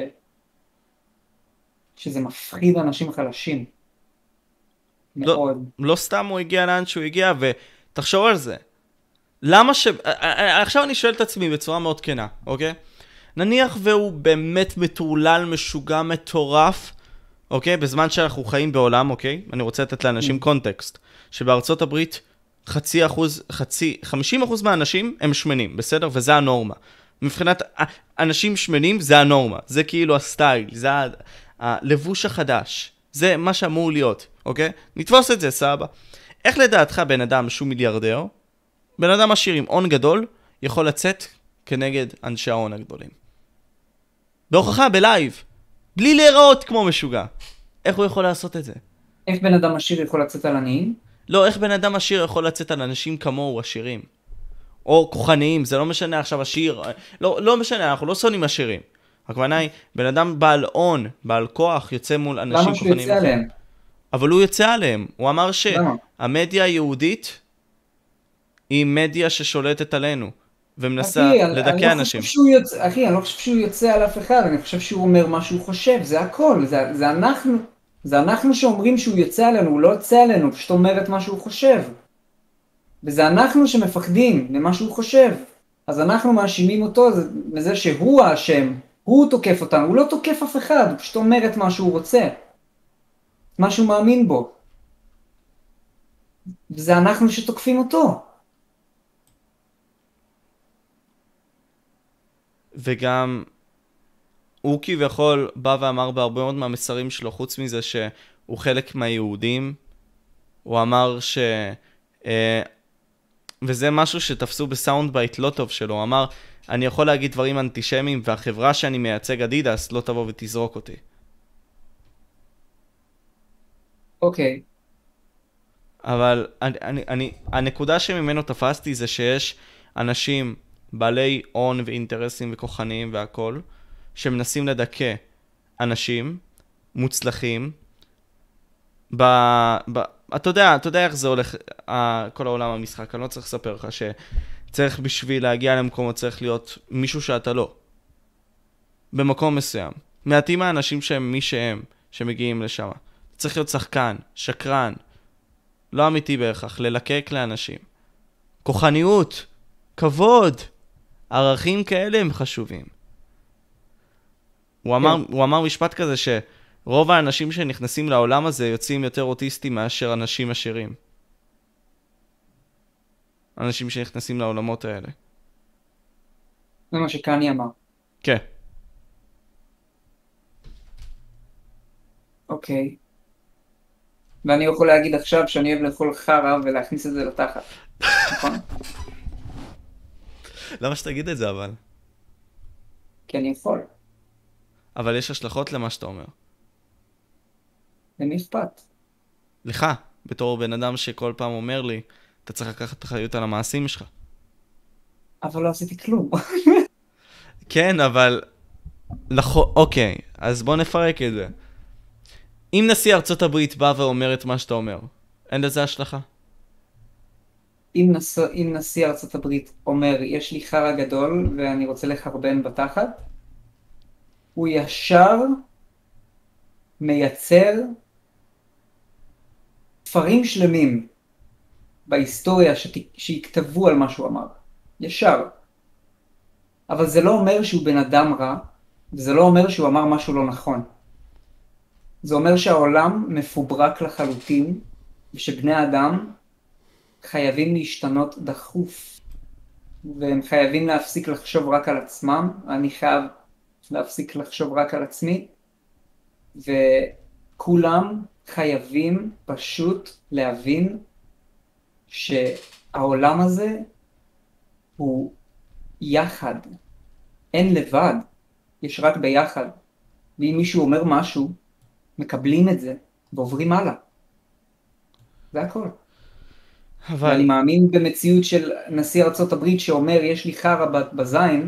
שזה מפחיד אנשים חלשים. לא, לא סתם הוא הגיע לאן שהוא הגיע, ותחשוב על זה. למה ש... עכשיו אני שואל את עצמי בצורה מאוד כנה, אוקיי? נניח והוא באמת מטורלל, משוגע, מטורף, אוקיי? בזמן שאנחנו חיים בעולם, אוקיי? אני רוצה לתת לאנשים קונטקסט, שבארצות הברית חצי אחוז, חצי, חמישים אחוז מהאנשים הם שמנים, בסדר? וזה הנורמה. מבחינת אנשים שמנים זה הנורמה, זה כאילו הסטייל, זה הלבוש החדש. זה מה שאמור להיות, אוקיי? נתפוס את זה, סבא. איך לדעתך בן אדם שהוא מיליארדר, בן אדם עשיר עם הון גדול, יכול לצאת כנגד אנשי ההון הגדולים? בהוכחה, בלייב. בלי להיראות כמו משוגע. איך הוא יכול לעשות את זה? איך בן אדם עשיר יכול לצאת על עניים? לא, איך בן אדם עשיר יכול לצאת על אנשים כמוהו עשירים? או כוחניים, זה לא משנה עכשיו עשיר. לא, לא משנה, אנחנו לא שונאים עשירים. הכוונה היא, בן אדם בעל הון, בעל כוח, יוצא מול אנשים כוחניים. למה שהוא יוצא עליהם? אבל הוא יוצא עליהם. הוא אמר שהמדיה היהודית היא מדיה ששולטת עלינו, ומנסה לדכא אנשים. אחי, אני לא חושב שהוא יוצא על אף אחד, אני חושב שהוא אומר מה שהוא חושב, זה הכל, זה, זה אנחנו, זה אנחנו שאומרים שהוא יוצא עלינו, הוא לא יוצא עלינו, פשוט אומר את מה שהוא חושב. וזה אנחנו שמפחדים למה שהוא חושב. אז אנחנו מאשימים אותו מזה שהוא האשם. הוא תוקף אותנו, הוא לא תוקף אף אחד, הוא פשוט אומר את מה שהוא רוצה. מה שהוא מאמין בו. וזה אנחנו שתוקפים אותו. וגם הוא כביכול בא ואמר בהרבה מאוד מהמסרים שלו, חוץ מזה שהוא חלק מהיהודים, הוא אמר ש... אה, וזה משהו שתפסו בסאונד בייט לא טוב שלו, הוא אמר, אני יכול להגיד דברים אנטישמיים, והחברה שאני מייצג אדידס לא תבוא ותזרוק אותי. אוקיי. אבל אני, אני, אני, הנקודה שממנו תפסתי זה שיש אנשים בעלי הון ואינטרסים וכוחניים והכל, שמנסים לדכא אנשים מוצלחים, ב, ב, אתה יודע, אתה יודע איך זה הולך, ה, כל העולם המשחק, אני לא צריך לספר לך שצריך בשביל להגיע למקומות, צריך להיות מישהו שאתה לא. במקום מסוים. מעטים האנשים שהם מי שהם, שמגיעים לשם. צריך להיות שחקן, שקרן, לא אמיתי בהכרח, ללקק לאנשים. כוחניות, כבוד, ערכים כאלה הם חשובים. הוא אמר, הוא אמר משפט כזה שרוב האנשים שנכנסים לעולם הזה יוצאים יותר אוטיסטים מאשר אנשים עשירים. אנשים שנכנסים לעולמות האלה. זה מה שקני אמר. כן. אוקיי. ואני יכול להגיד עכשיו שאני אוהב לאכול חרא ולהכניס את זה לתחת. נכון? למה שתגיד את זה אבל? כי אני יכול. אבל יש השלכות למה שאתה אומר. למי אכפת? לך, בתור בן אדם שכל פעם אומר לי, אתה צריך לקחת אחריות על המעשים שלך. אבל לא עשיתי כלום. כן, אבל... נכון, אוקיי, אז בוא נפרק את זה. אם נשיא ארצות הברית בא ואומר את מה שאתה אומר, אין לזה השלכה? אם, נס... אם נשיא ארצות הברית אומר, יש לי חרא גדול ואני רוצה לחרבן בתחת, הוא ישר מייצר ספרים שלמים בהיסטוריה שת... שיכתבו על מה שהוא אמר. ישר. אבל זה לא אומר שהוא בן אדם רע, וזה לא אומר שהוא אמר משהו לא נכון. זה אומר שהעולם מפוברק לחלוטין, ושבני האדם חייבים להשתנות דחוף, והם חייבים להפסיק לחשוב רק על עצמם. אני חייב להפסיק לחשוב רק על עצמי, וכולם חייבים פשוט להבין שהעולם הזה הוא יחד, אין לבד, יש רק ביחד. ואם מישהו אומר משהו, מקבלים את זה ועוברים הלאה. זה הכל. אבל... ואני מאמין במציאות של נשיא ארצות הברית שאומר יש לי חרא בזין,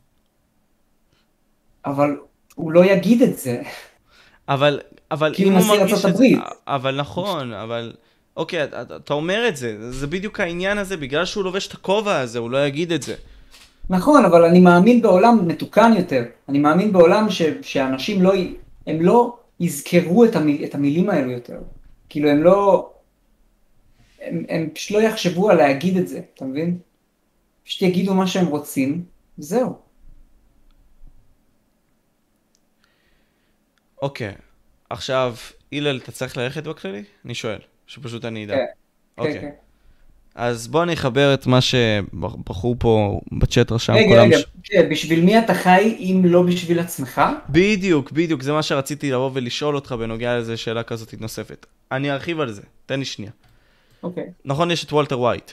אבל הוא לא יגיד את זה. אבל, אבל כי הוא נשיא ארצות הברית. אבל נכון, אבל... אוקיי, אתה, אתה אומר את זה, זה בדיוק העניין הזה, בגלל שהוא לובש את הכובע הזה, הוא לא יגיד את זה. נכון, אבל אני מאמין בעולם מתוקן יותר. אני מאמין בעולם ש, שאנשים לא, הם לא יזכרו את, המיל, את המילים האלו יותר. כאילו הם לא, הם, הם פשוט לא יחשבו על להגיד את זה, אתה מבין? פשוט יגידו מה שהם רוצים, וזהו. אוקיי, עכשיו, אילל, אתה צריך ללכת בכללי? אני שואל, שפשוט אני אדע. כן, אוקיי. כן. אז בוא אני אחבר את מה שבחרו פה בצ'אט רשם. רגע, רגע, כן, בשביל מי אתה חי אם לא בשביל עצמך? בדיוק, בדיוק, זה מה שרציתי לבוא ולשאול אותך בנוגע לזה, שאלה כזאת נוספת. אני ארחיב על זה, תן לי שנייה. אוקיי. נכון, יש את וולטר ווייט.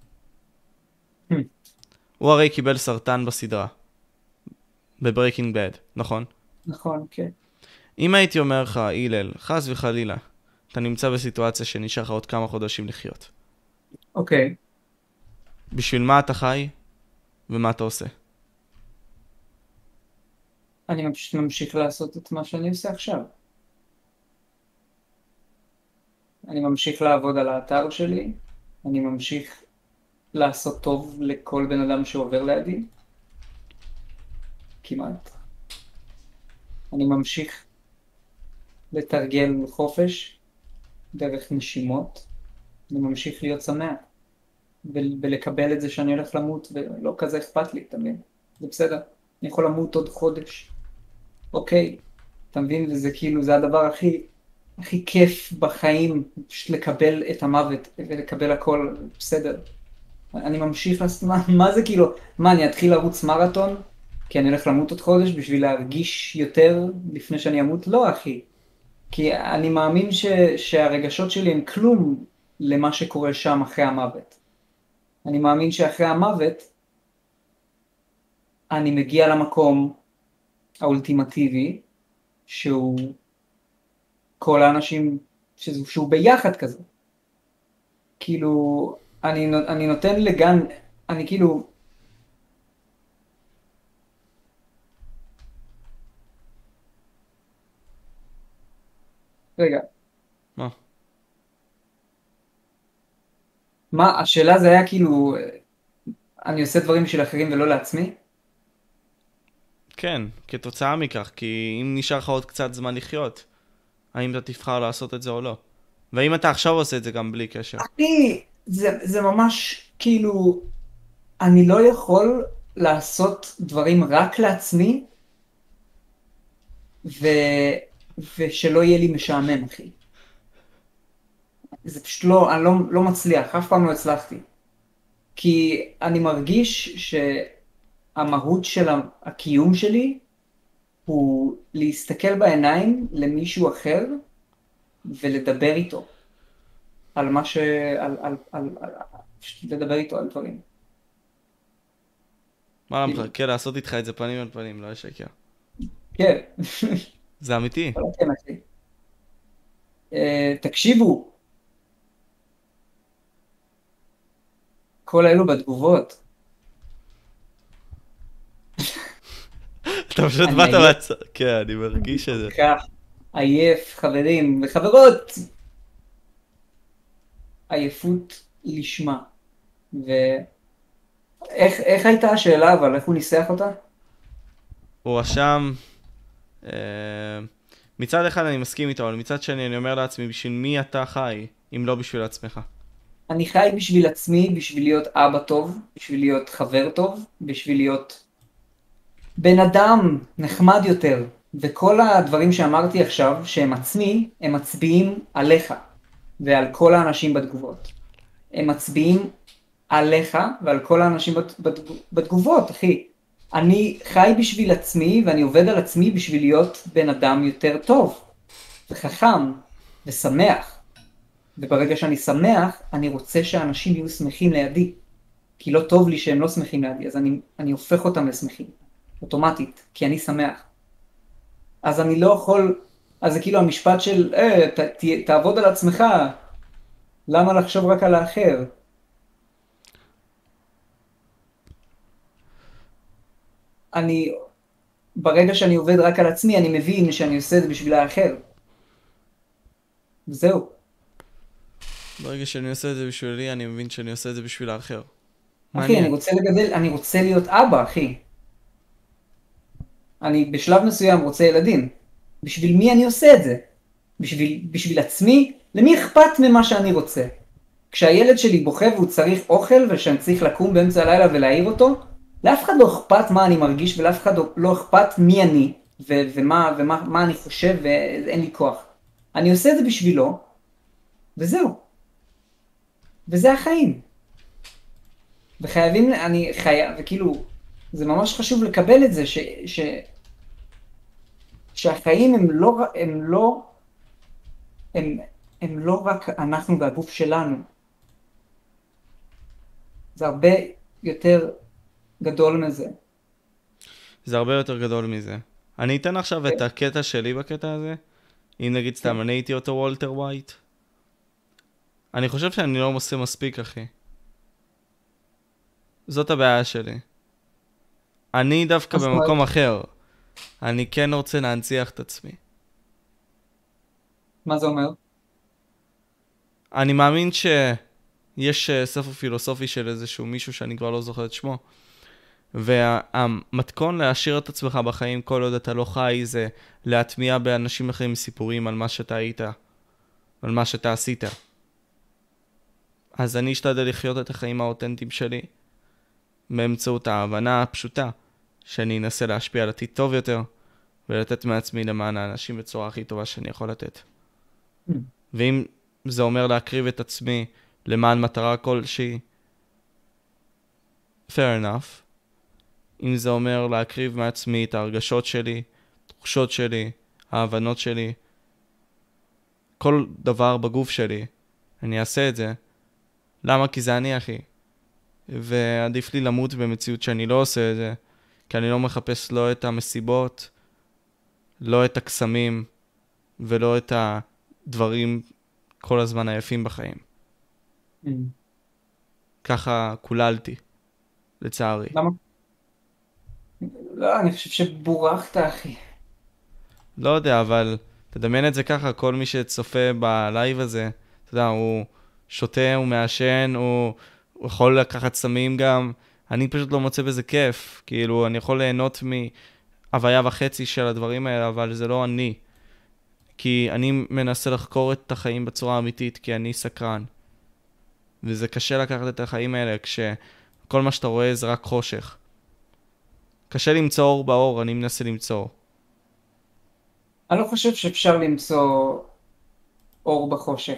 הוא הרי קיבל סרטן בסדרה. בברייקינג בד, נכון? נכון, כן. אם הייתי אומר לך, אילל, חס וחלילה, אתה נמצא בסיטואציה שנשאר לך עוד כמה חודשים לחיות. אוקיי. בשביל מה אתה חי ומה אתה עושה? אני פשוט ממשיך לעשות את מה שאני עושה עכשיו. אני ממשיך לעבוד על האתר שלי, אני ממשיך לעשות טוב לכל בן אדם שעובר לידי. כמעט. אני ממשיך לתרגל חופש דרך נשימות. אני ממשיך להיות שמח ולקבל את זה שאני הולך למות ולא כזה אכפת לי, אתה מבין? זה בסדר, אני יכול למות עוד חודש. אוקיי, אתה מבין? וזה כאילו, זה הדבר הכי, הכי כיף בחיים, פשוט לקבל את המוות ולקבל הכל, בסדר. אני ממשיך לעשות, מה, מה זה כאילו, מה, אני אתחיל לרוץ מרתון? כי אני הולך למות עוד חודש בשביל להרגיש יותר לפני שאני אמות? לא, אחי. כי אני מאמין ש, שהרגשות שלי הם כלום למה שקורה שם אחרי המוות. אני מאמין שאחרי המוות אני מגיע למקום האולטימטיבי, שהוא כל האנשים, שהוא, שהוא ביחד כזה. כאילו, אני, אני נותן לגן, אני כאילו, רגע, מה? מה, השאלה זה היה כאילו, אני עושה דברים בשביל אחרים ולא לעצמי? כן, כתוצאה מכך, כי אם נשאר לך עוד קצת זמן לחיות, האם אתה תבחר לעשות את זה או לא? והאם אתה עכשיו עושה את זה גם בלי קשר? אחי, זה, זה ממש כאילו, אני לא יכול לעשות דברים רק לעצמי, ו... ושלא יהיה לי משעמם, אחי. זה פשוט לא, אני לא, לא מצליח, אף פעם לא הצלחתי. כי אני מרגיש שהמהות של הקיום שלי הוא להסתכל בעיניים למישהו אחר ולדבר איתו על מה ש... על, על, על, על, פשוט לדבר איתו על דברים. מה אני מחכה לעשות איתך את זה פנים על פנים, לא אשקר. כן. זה אמיתי. כל התמה שלי. אה, תקשיבו, כל אלו בתגובות. אתה פשוט אני באת עייף. מהצד. כן, אני מרגיש את זה. כך, עייף, חברים וחברות. עייפות לשמה. ואיך איך הייתה השאלה, אבל איך הוא ניסח אותה? הוא רשם, אה, מצד אחד אני מסכים איתו, אבל מצד שני אני אומר לעצמי, בשביל מי אתה חי, אם לא בשביל עצמך? אני חי בשביל עצמי, בשביל להיות אבא טוב, בשביל להיות חבר טוב, בשביל להיות בן אדם נחמד יותר. וכל הדברים שאמרתי עכשיו, שהם עצמי, הם מצביעים עליך ועל כל האנשים בתגובות. הם מצביעים עליך ועל כל האנשים בת, בת, בתגובות, אחי. אני חי בשביל עצמי ואני עובד על עצמי בשביל להיות בן אדם יותר טוב וחכם ושמח. וברגע שאני שמח, אני רוצה שאנשים יהיו שמחים לידי. כי לא טוב לי שהם לא שמחים לידי, אז אני, אני הופך אותם לשמחים. אוטומטית, כי אני שמח. אז אני לא יכול, אז זה כאילו המשפט של, אה, ת, ת, תעבוד על עצמך, למה לחשוב רק על האחר? אני, ברגע שאני עובד רק על עצמי, אני מבין שאני עושה את זה בשביל האחר. וזהו. ברגע שאני עושה את זה בשבילי, אני מבין שאני עושה את זה בשביל האחר. אחי, מעניין. אני רוצה לגדל, אני רוצה להיות אבא, אחי. אני בשלב מסוים רוצה ילדים. בשביל מי אני עושה את זה? בשביל, בשביל עצמי? למי אכפת ממה שאני רוצה? כשהילד שלי בוכה והוא צריך אוכל ושאני צריך לקום באמצע הלילה ולהעיר אותו, לאף אחד לא אכפת מה אני מרגיש ולאף אחד לא אכפת מי אני ו- ומה, ומה מה אני חושב ואין לי כוח. אני עושה את זה בשבילו, וזהו. וזה החיים. וחייבים, אני חייב, וכאילו, זה ממש חשוב לקבל את זה, ש, ש, שהחיים הם לא, הם לא, הם, הם לא רק אנחנו והגוף שלנו. זה הרבה יותר גדול מזה. זה הרבה יותר גדול מזה. אני אתן עכשיו את הקטע שלי בקטע הזה. אם נגיד סתם, אני הייתי אותו וולטר ווייט. אני חושב שאני לא עושה מספיק, אחי. זאת הבעיה שלי. אני דווקא במקום אחר. אני כן רוצה להנציח את עצמי. מה זה אומר? אני מאמין שיש ספר פילוסופי של איזשהו מישהו שאני כבר לא זוכר את שמו. והמתכון להשאיר את עצמך בחיים כל עוד אתה לא חי זה להטמיע באנשים אחרים סיפורים על מה שאתה היית, על מה שאתה עשית. אז אני אשתדל לחיות את החיים האותנטיים שלי באמצעות ההבנה הפשוטה שאני אנסה להשפיע על עתיד טוב יותר ולתת מעצמי למען האנשים בצורה הכי טובה שאני יכול לתת. Mm. ואם זה אומר להקריב את עצמי למען מטרה כלשהי, fair enough. אם זה אומר להקריב מעצמי את ההרגשות שלי, תחושות שלי, ההבנות שלי, כל דבר בגוף שלי, אני אעשה את זה. למה? כי זה אני, אחי. ועדיף לי למות במציאות שאני לא עושה את זה, כי אני לא מחפש לא את המסיבות, לא את הקסמים, ולא את הדברים כל הזמן היפים בחיים. Mm. ככה כוללתי, לצערי. למה? לא, אני חושב שבורחת, אחי. לא יודע, אבל תדמיין את זה ככה, כל מי שצופה בלייב הזה, אתה יודע, הוא שותה, הוא מעשן, הוא, הוא יכול לקחת סמים גם. אני פשוט לא מוצא בזה כיף. כאילו, אני יכול ליהנות מהוויה וחצי של הדברים האלה, אבל זה לא אני. כי אני מנסה לחקור את החיים בצורה אמיתית, כי אני סקרן. וזה קשה לקחת את החיים האלה, כשכל מה שאתה רואה זה רק חושך. קשה למצוא אור באור, אני מנסה למצוא. אני לא חושב שאפשר למצוא אור בחושך.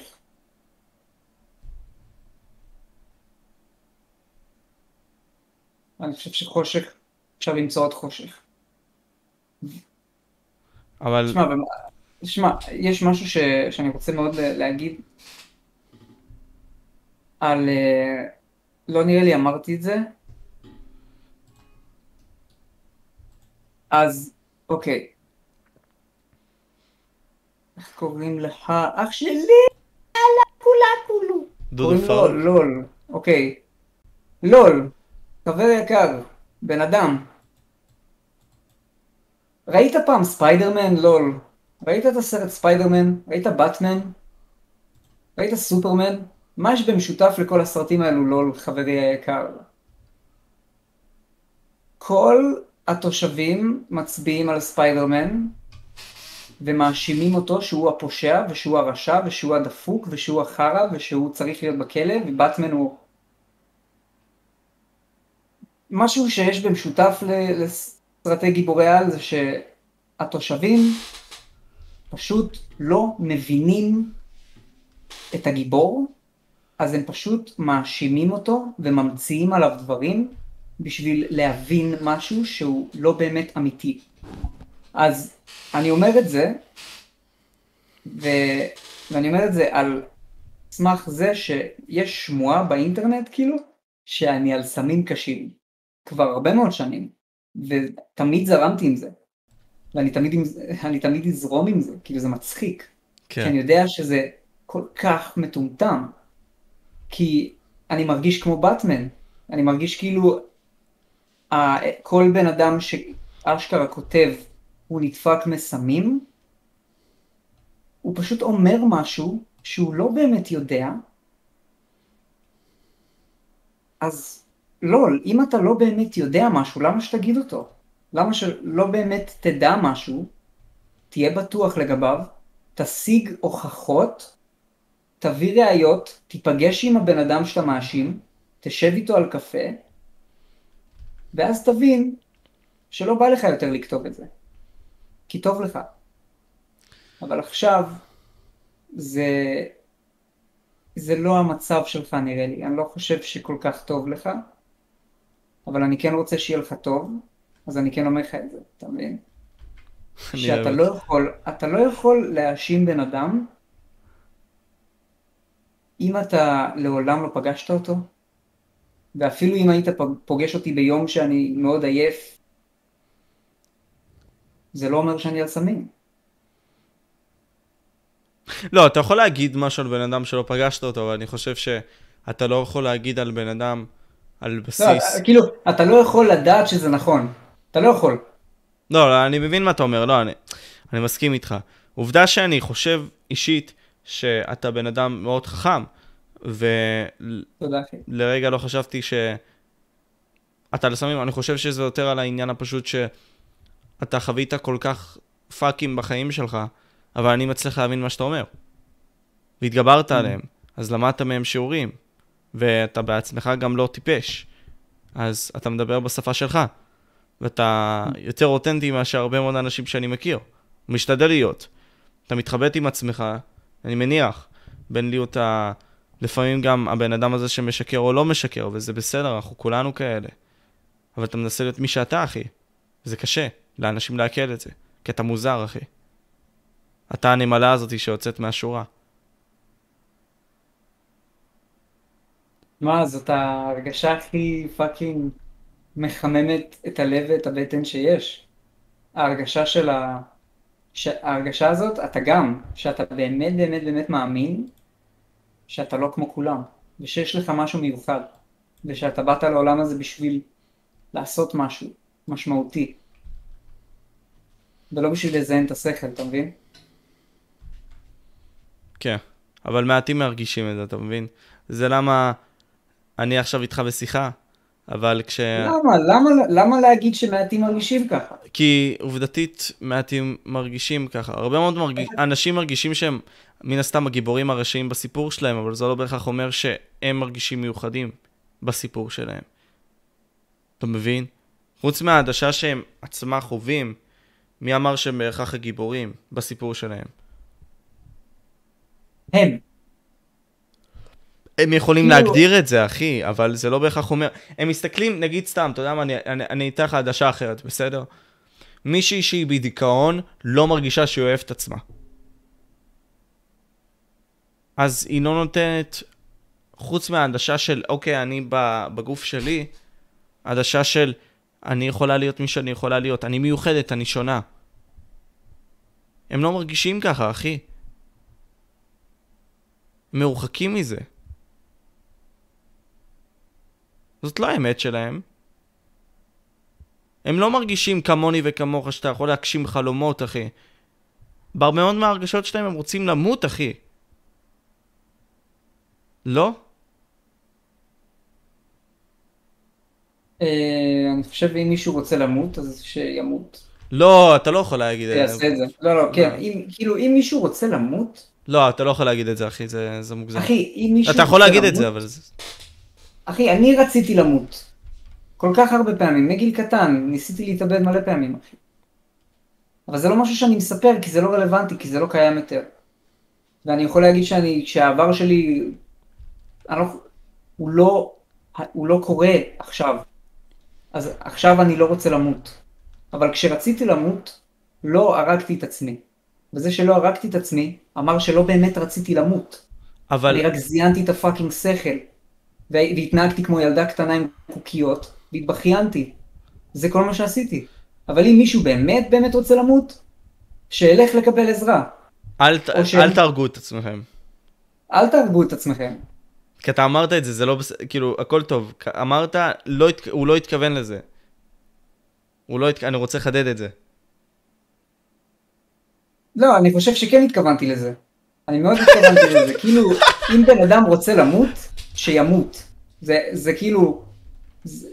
אני חושב שחושך, אפשר למצוא עוד חושך. אבל... תשמע, במה- תשמע, יש משהו ש... שאני רוצה מאוד ל- להגיד על... אה, לא נראה לי אמרתי את זה. אז, אוקיי. איך קוראים לך? אח שלי! יאללה, כולה כולו. דודו קוראים לו פאול? לול. אוקיי. לול. חבר יקר. בן אדם. ראית פעם ספיידרמן? לול. ראית את הסרט ספיידרמן? ראית באטמן? ראית סופרמן? מה יש במשותף לכל הסרטים האלו, לול, חברי היקר? כל התושבים מצביעים על ספיידרמן ומאשימים אותו שהוא הפושע ושהוא הרשע ושהוא הדפוק ושהוא החרא ושהוא צריך להיות בכלא, ובאטמן הוא משהו שיש במשותף ל- לסרטי גיבורי על, זה שהתושבים פשוט לא מבינים את הגיבור, אז הם פשוט מאשימים אותו וממציאים עליו דברים בשביל להבין משהו שהוא לא באמת אמיתי. אז אני אומר את זה, ו... ואני אומר את זה על סמך זה שיש שמועה באינטרנט כאילו, שאני על סמים קשים, כבר הרבה מאוד שנים, ותמיד זרמתי עם זה, ואני תמיד, עם... אני תמיד אזרום עם זה, כאילו זה מצחיק, כן. כי אני יודע שזה כל כך מטומטם, כי אני מרגיש כמו באטמן, אני מרגיש כאילו ה- כל בן אדם שאשכרה כותב הוא נדפק מסמים, הוא פשוט אומר משהו שהוא לא באמת יודע, אז לא, אם אתה לא באמת יודע משהו, למה שתגיד אותו? למה שלא באמת תדע משהו, תהיה בטוח לגביו, תשיג הוכחות, תביא ראיות, תיפגש עם הבן אדם שאתה מאשים, תשב איתו על קפה, ואז תבין שלא בא לך יותר לכתוב את זה. כי טוב לך. אבל עכשיו, זה, זה לא המצב שלך נראה לי. אני לא חושב שכל כך טוב לך, אבל אני כן רוצה שיהיה לך טוב, אז אני כן אומר לך את זה, אתה מבין? אני שאתה אוהב לא יכול, אתה לא יכול להאשים בן אדם, אם אתה לעולם לא פגשת אותו, ואפילו אם היית פוגש אותי ביום שאני מאוד עייף, זה לא אומר שאני על סמים. לא, אתה יכול להגיד משהו על בן אדם שלא פגשת אותו, אבל אני חושב שאתה לא יכול להגיד על בן אדם על לא, בסיס... כאילו, אתה לא יכול לדעת שזה נכון. אתה לא יכול. לא, לא, אני מבין מה אתה אומר, לא, אני, אני מסכים איתך. עובדה שאני חושב אישית שאתה בן אדם מאוד חכם, תודה, אחי. ולרגע לא חשבתי שאתה לסמים, אני חושב שזה יותר על העניין הפשוט שאתה חווית כל כך פאקים בחיים שלך, אבל אני מצליח להבין מה שאתה אומר. והתגברת עליהם, אז למדת מהם שיעורים, ואתה בעצמך גם לא טיפש. אז אתה מדבר בשפה שלך, ואתה יותר אותנטי מאשר הרבה מאוד אנשים שאני מכיר. הוא משתדל להיות. אתה מתחבט עם עצמך, אני מניח, בין להיות ה... לפעמים גם הבן אדם הזה שמשקר או לא משקר, וזה בסדר, אנחנו כולנו כאלה. אבל אתה מנסה להיות מי שאתה, אחי. זה קשה לאנשים להקל את זה, כי אתה מוזר, אחי. אתה הנמלה הזאת שיוצאת מהשורה. מה, זאת ההרגשה הכי פאקינג מחממת את הלב ואת הבטן שיש. ההרגשה של ה... ש... ההרגשה הזאת, אתה גם, שאתה באמת באמת באמת מאמין שאתה לא כמו כולם, ושיש לך משהו מיוחד, ושאתה באת לעולם הזה בשביל לעשות משהו משמעותי, ולא בשביל לזיין את השכל, אתה מבין? כן, אבל מעטים מרגישים את זה, אתה מבין? זה למה אני עכשיו איתך בשיחה, אבל כש... למה? למה, למה להגיד שמעטים מרגישים ככה? כי עובדתית מעטים מרגישים ככה. הרבה מאוד מרגיש... אנשים מרגישים שהם מן הסתם הגיבורים הראשיים בסיפור שלהם, אבל זה לא בהכרח אומר שהם מרגישים מיוחדים בסיפור שלהם. אתה מבין? חוץ מהעדשה שהם עצמה חווים, מי אמר שהם בהכרח הגיבורים בסיפור שלהם? הם. הם יכולים כאילו- להגדיר את זה, אחי, אבל זה לא בהכרח אומר... הם מסתכלים, נגיד סתם, אתה יודע מה, אני, אני, אני אתן לך עדשה אחרת, בסדר? מישהי שהיא בדיכאון לא מרגישה שהיא אוהבת את עצמה. אז היא לא נותנת, חוץ מהעדשה של, אוקיי, אני בגוף שלי, העדשה של, אני יכולה להיות מי שאני יכולה להיות, אני מיוחדת, אני שונה. הם לא מרגישים ככה, אחי. הם מרוחקים מזה. זאת לא האמת שלהם. הם לא מרגישים כמוני וכמוך שאתה יכול להגשים חלומות, אחי. בהרבה מאוד מההרגשות שלהם הם רוצים למות, אחי. לא? אה, אני חושב שאם מישהו רוצה למות, אז שימות. לא, אתה לא יכול להגיד את זה. שיעשה את זה. לא, לא, כן. אם, כאילו, אם מישהו רוצה למות, לא, אתה לא יכול להגיד את זה, אחי, זה, זה מוגזם. אחי, אם מישהו אתה יכול רוצה להגיד למות, את זה, אבל זה... אחי, אני רציתי למות. כל כך הרבה פעמים, מגיל קטן, ניסיתי להתאבד מלא פעמים, אחי. אבל זה לא משהו שאני מספר, כי זה לא רלוונטי, כי זה לא קיים יותר. ואני יכול להגיד שאני, שהעבר שלי, אני לא, הוא לא, הוא לא קורה עכשיו. אז עכשיו אני לא רוצה למות. אבל כשרציתי למות, לא הרגתי את עצמי. וזה שלא הרגתי את עצמי, אמר שלא באמת רציתי למות. אבל... אני רק זיינתי את הפאקינג שכל. והתנהגתי כמו ילדה קטנה עם קוקיות, והתבחיינתי. זה כל מה שעשיתי. אבל אם מישהו באמת באמת רוצה למות, שילך לקבל עזרה. אל, ת... ש... אל תהרגו את עצמכם. אל תהרגו את עצמכם. כי אתה אמרת את זה, זה לא בס... כאילו, הכל טוב. אמרת, לא הת... הוא לא התכוון לזה. הוא לא הת... אני רוצה לחדד את זה. לא, אני חושב שכן התכוונתי לזה. אני מאוד התכוונתי לזה. כאילו, אם בן אדם רוצה למות, שימות. זה, זה כאילו... זה,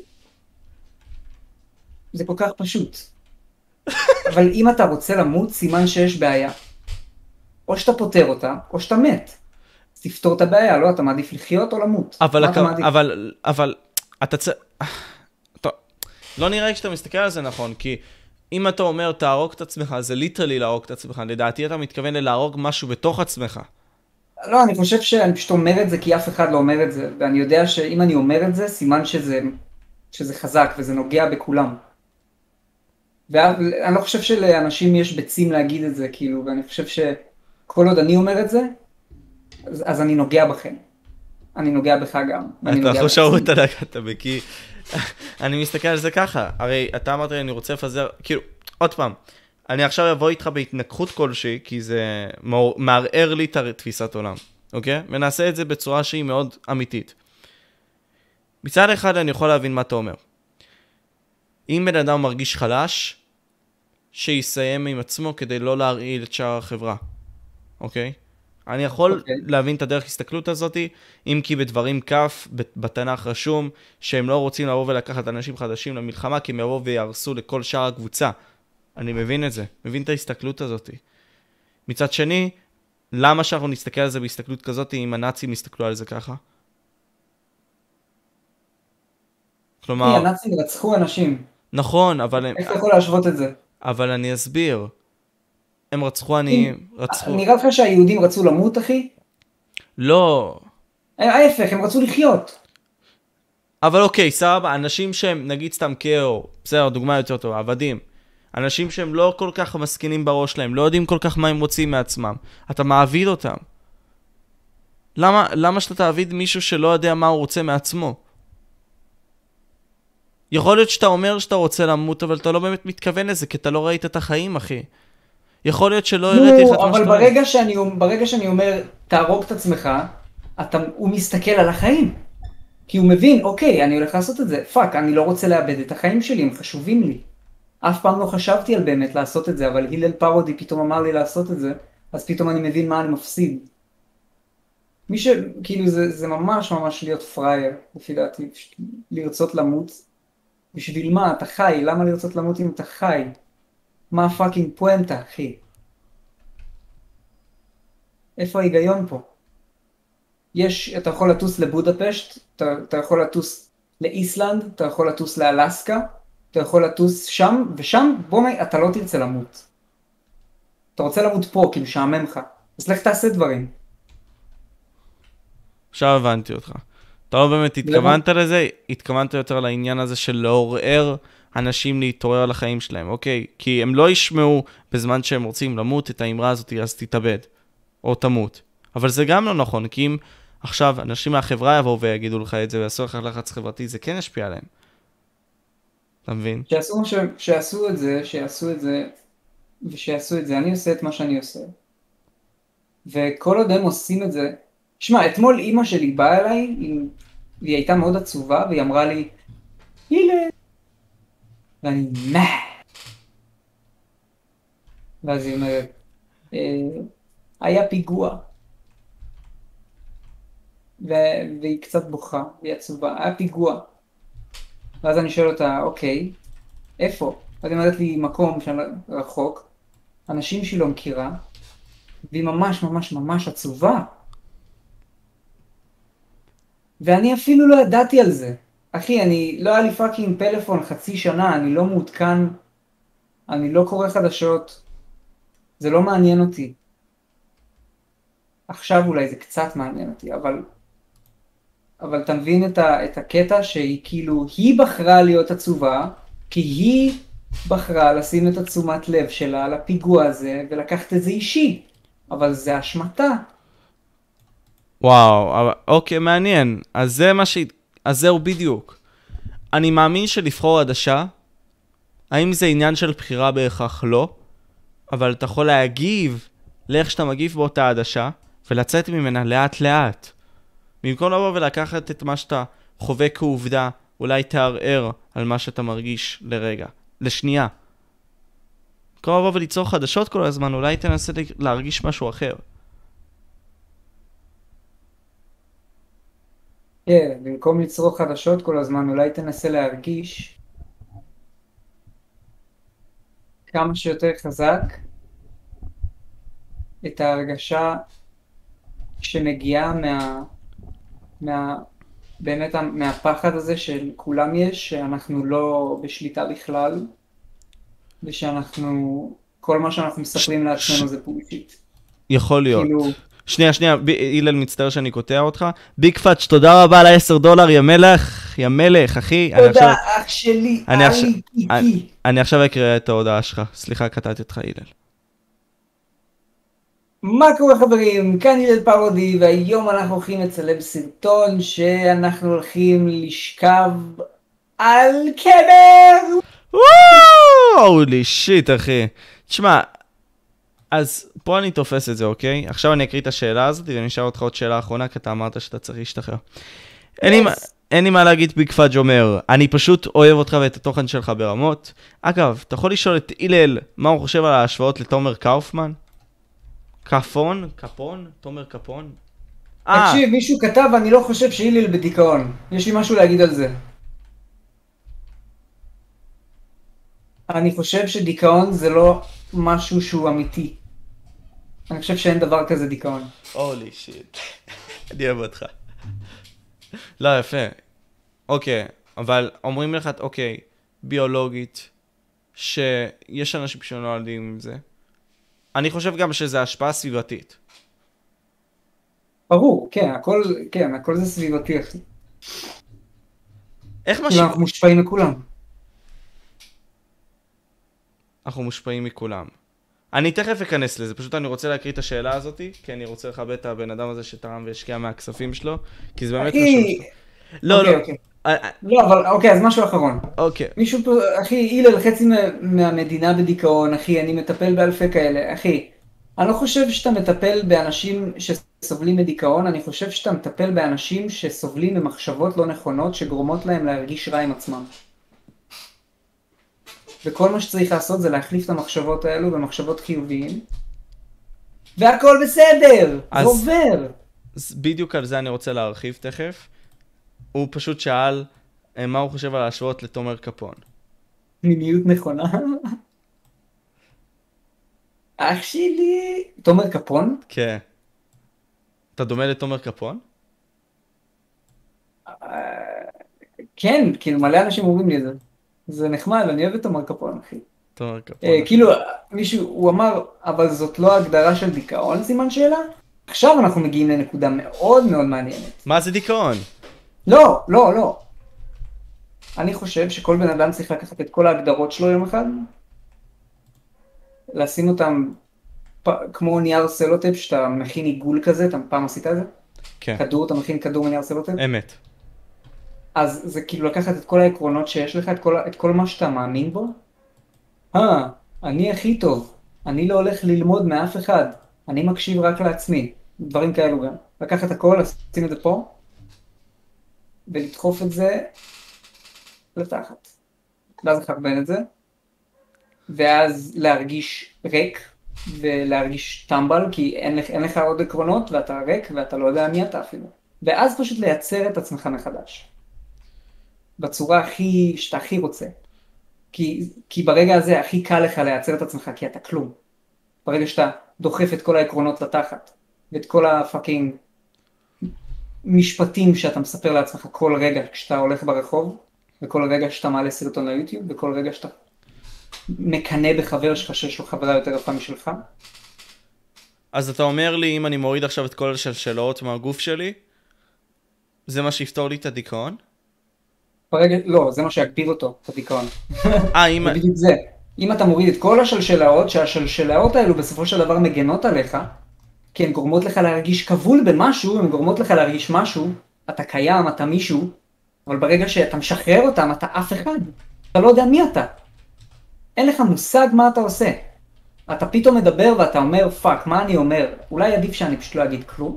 זה כל כך פשוט. אבל אם אתה רוצה למות, סימן שיש בעיה. או שאתה פותר אותה, או שאתה מת. תפתור את הבעיה, לא? אתה מעדיף לחיות או למות. אבל, הק... אבל, אבל, אבל, אתה צ... טוב, לא נראה שאתה מסתכל על זה נכון, כי אם אתה אומר תהרוג את עצמך, זה ליטרלי להרוג את עצמך. לדעתי אתה מתכוון ללהרוג משהו בתוך עצמך. לא, אני חושב שאני פשוט אומר את זה כי אף אחד לא אומר את זה, ואני יודע שאם אני אומר את זה, סימן שזה, שזה חזק וזה נוגע בכולם. ואני לא חושב שלאנשים יש ביצים להגיד את זה, כאילו, ואני חושב שכל עוד אני אומר את זה, אז, אז אני נוגע בכם. אני נוגע בך גם. אתה חושב אותה נגעת בכי. אני מסתכל על זה ככה, הרי אתה אמרת לי אני רוצה לפזר, כאילו, עוד פעם, אני עכשיו אבוא איתך בהתנגחות כלשהי, כי זה מערער לי את תפיסת עולם, אוקיי? ונעשה את זה בצורה שהיא מאוד אמיתית. מצד אחד אני יכול להבין מה אתה אומר. אם בן אדם מרגיש חלש, שיסיים עם עצמו כדי לא להרעיל את שאר החברה, אוקיי? אני יכול okay. להבין את הדרך הסתכלות הזאת, אם כי בדברים כף, בתנ"ך רשום, שהם לא רוצים לבוא ולקחת אנשים חדשים למלחמה, כי הם יבואו ויהרסו לכל שאר הקבוצה. אני מבין את זה, מבין את ההסתכלות הזאת. מצד שני, למה שאנחנו נסתכל על זה בהסתכלות כזאת, אם הנאצים הסתכלו על זה ככה? כלומר... כי הנאצים רצחו אנשים. נכון, אבל... איך אתה יכול להשוות את זה? אבל אני אסביר. הם רצחו, אני... רצחו... נראה לך שהיהודים רצו למות, אחי? לא. ההפך, הם רצו לחיות. אבל אוקיי, סבבה, אנשים שהם, נגיד סתם כאו, בסדר, דוגמה יותר טובה, עבדים. אנשים שהם לא כל כך מסכינים בראש שלהם, לא יודעים כל כך מה הם רוצים מעצמם. אתה מעביד אותם. למה, למה שאתה תעביד מישהו שלא יודע מה הוא רוצה מעצמו? יכול להיות שאתה אומר שאתה רוצה למות, אבל אתה לא באמת מתכוון לזה, כי אתה לא ראית את החיים, אחי. יכול להיות שלא הראיתי לך את מה אבל שאתה ברגע שאני, ברגע שאני אומר, תהרוג את עצמך, אתה, הוא מסתכל על החיים. כי הוא מבין, אוקיי, אני הולך לעשות את זה. פאק, אני לא רוצה לאבד את החיים שלי, הם חשובים לי. אף פעם לא חשבתי על באמת לעשות את זה, אבל הלל פרודי פתאום אמר לי לעשות את זה, אז פתאום אני מבין מה אני מפסיד. מי ש... כאילו זה, זה ממש ממש להיות פרייר, לפי דעתי, לרצות למות. בשביל מה? אתה חי, למה לרצות למות אם אתה חי? מה הפאקינג פואנטה, אחי? איפה ההיגיון פה? יש, אתה יכול לטוס לבודפשט, אתה, אתה יכול לטוס לאיסלנד, אתה יכול לטוס לאלסקה, אתה יכול לטוס שם, ושם, בוא נ... אתה לא תרצה למות. אתה רוצה למות פה, כאילו שעמם לך. אז לך תעשה דברים. עכשיו הבנתי אותך. אתה לא באמת התכוונת לזה, התכוונת יותר לעניין הזה של לעורר אנשים להתעורר על החיים שלהם, אוקיי? כי הם לא ישמעו בזמן שהם רוצים למות את האמרה הזאת, אז תתאבד, או תמות. אבל זה גם לא נכון, כי אם עכשיו אנשים מהחברה יבואו ויגידו לך את זה, ויעשו לך לחץ חברתי, זה כן ישפיע עליהם. אתה מבין? שיעשו, ש... שיעשו את זה, שיעשו את זה, ושיעשו את זה. אני עושה את מה שאני עושה. וכל עוד הם עושים את זה, שמע, אתמול אמא שלי באה אליי, והיא הייתה מאוד עצובה, והיא אמרה לי, הנה, ואני, מה? ואז היא אומרת, אה, היה פיגוע. ו... והיא קצת בוכה, והיא עצובה, היה פיגוע. ואז אני שואל אותה, אוקיי, איפה? אז היא אומרת לי, מקום שאני רחוק, אנשים שהיא לא מכירה, והיא ממש ממש ממש עצובה. ואני אפילו לא ידעתי על זה. אחי, אני, לא היה לי פאקינג פלאפון חצי שנה, אני לא מעודכן, אני לא קורא חדשות, זה לא מעניין אותי. עכשיו אולי זה קצת מעניין אותי, אבל, אבל אתה מבין את, ה, את הקטע שהיא כאילו, היא בחרה להיות עצובה, כי היא בחרה לשים את התשומת לב שלה על הפיגוע הזה, ולקחת את זה אישי, אבל זה אשמתה. וואו, אבל, אוקיי, מעניין. אז זה מה ש... אז זהו בדיוק. אני מאמין שלבחור עדשה, האם זה עניין של בחירה בהכרח לא, אבל אתה יכול להגיב לאיך שאתה מגיב באותה עדשה, ולצאת ממנה לאט לאט. במקום לבוא ולקחת את מה שאתה חווה כעובדה, אולי תערער על מה שאתה מרגיש לרגע, לשנייה. במקום לבוא וליצור חדשות כל הזמן, אולי תנסה להרגיש משהו אחר. כן, במקום לצרוך חדשות כל הזמן, אולי תנסה להרגיש כמה שיותר חזק את ההרגשה שמגיעה מה, מה, באמת מהפחד הזה של כולם יש, שאנחנו לא בשליטה בכלל, ושאנחנו, כל מה שאנחנו מספרים לעצמנו זה פוליטית. יכול להיות. כאילו... שנייה, שנייה, אילן מצטער שאני קוטע אותך. ביג פאץ', תודה רבה על ה-עשרה דולר, יא מלך, יא מלך, אחי. תודה, אח שלי, אלי קיקי. אני עכשיו אקרא את ההודעה שלך. סליחה, קטעתי אותך, אילן. מה קורה חברים? כאן הלל פרודי, והיום אנחנו הולכים לצלם סרטון שאנחנו הולכים לשכב על קבר! וואו, לי שיט, אחי. תשמע, אז פה אני תופס את זה, אוקיי? עכשיו אני אקריא את השאלה הזאת, ואני אשאר אותך עוד שאלה האחרונה, כי אתה אמרת שאתה צריך להשתחרר. אין לי מה להגיד, ביג פאג' אומר, אני פשוט אוהב אותך ואת התוכן שלך ברמות. אגב, אתה יכול לשאול את הלל, מה הוא חושב על ההשוואות לתומר קאופמן? קפון? קפון? תומר קפון? תקשיב, מישהו כתב, אני לא חושב שהילל בדיכאון. יש לי משהו להגיד על זה. אני חושב שדיכאון זה לא משהו שהוא אמיתי. אני חושב שאין דבר כזה דיכאון. הולי שיט. אני אוהב אותך. לא, יפה. אוקיי, אבל אומרים לך, אוקיי, ביולוגית, שיש אנשים שנולדים עם זה. אני חושב גם שזה השפעה סביבתית. ברור, כן, הכל, כן, הכל זה סביבתי, אחי. איך כאילו מש... אנחנו מושפעים מכולם. אנחנו מושפעים מכולם. אני תכף אכנס לזה, פשוט אני רוצה להקריא את השאלה הזאת, כי אני רוצה לכבד את הבן אדם הזה שתרם והשקיע מהכספים שלו, כי זה באמת חשוב אחי, שלו. לא, אוקיי, לא. אוקיי. אה, אה, לא, אבל אוקיי, אז משהו אחרון. אוקיי. מישהו פה, אחי, הלל, חצי מה- מהמדינה בדיכאון, אחי, אני מטפל באלפי כאלה, אחי. אני לא חושב שאתה מטפל באנשים שסובלים מדיכאון, אני חושב שאתה מטפל באנשים שסובלים ממחשבות לא נכונות שגורמות להם להרגיש רע עם עצמם. וכל מה שצריך לעשות זה להחליף את המחשבות האלו במחשבות חיוביים, והכל בסדר, אז- זה עובר. אז בדיוק על זה אני רוצה להרחיב תכף. הוא פשוט שאל אה, מה הוא חושב על ההשוואות לתומר קפון. מיניות נכונה. אח שלי, תומר קפון? כן. אתה דומה לתומר קפון? כן, כאילו מלא אנשים אומרים לי את זה. זה נחמד, אני אוהב את תומר קפון, אחי. תומר קפון. אה, כאילו, מישהו, הוא אמר, אבל זאת לא הגדרה של דיכאון, סימן שאלה? עכשיו אנחנו מגיעים לנקודה מאוד מאוד מעניינת. מה זה דיכאון? לא, לא, לא. אני חושב שכל בן אדם צריך לקחת את כל ההגדרות שלו יום אחד, לשים אותם פ... כמו נייר סלוטייפ, שאתה מכין עיגול כזה, אתה פעם עשית את זה? כן. כדור, אתה מכין כדור מנייר סלוטייפ? אמת. אז זה כאילו לקחת את כל העקרונות שיש לך, את כל, את כל מה שאתה מאמין בו. אה, אני הכי טוב, אני לא הולך ללמוד מאף אחד, אני מקשיב רק לעצמי, דברים כאלו גם. לקחת הכל, לשים את זה פה, ולדחוף את זה לתחת. ואז לחרבן את זה, ואז להרגיש ריק, ולהרגיש טמבל, כי אין לך, אין לך עוד עקרונות, ואתה ריק, ואתה לא יודע מי אתה אפילו. ואז פשוט לייצר את עצמך מחדש. בצורה הכי, שאתה הכי רוצה. כי, כי ברגע הזה הכי קל לך לייצר את עצמך, כי אתה כלום. ברגע שאתה דוחף את כל העקרונות לתחת, ואת כל הפאקינג משפטים שאתה מספר לעצמך כל רגע כשאתה הולך ברחוב, וכל רגע שאתה מעלה סרטון ליוטיוב, וכל רגע שאתה מקנה בחבר שלך שיש לו חברה יותר יפה משלך. אז אתה אומר לי, אם אני מוריד עכשיו את כל השלשלות מהגוף שלי, זה מה שיפתור לי את הדיכאון? ברגע, לא, זה מה שיגביר אותו, את הדיכאון. אה, אם... זה בדיוק זה. אם אתה מוריד את כל השלשלאות, שהשלשלאות האלו בסופו של דבר מגנות עליך, כי הן גורמות לך להרגיש כבול במשהו, הן גורמות לך להרגיש משהו, אתה קיים, אתה מישהו, אבל ברגע שאתה משחרר אותם, אתה אף אחד. אתה לא יודע מי אתה. אין לך מושג מה אתה עושה. אתה פתאום מדבר ואתה אומר, פאק, מה אני אומר? אולי עדיף שאני פשוט לא אגיד כלום?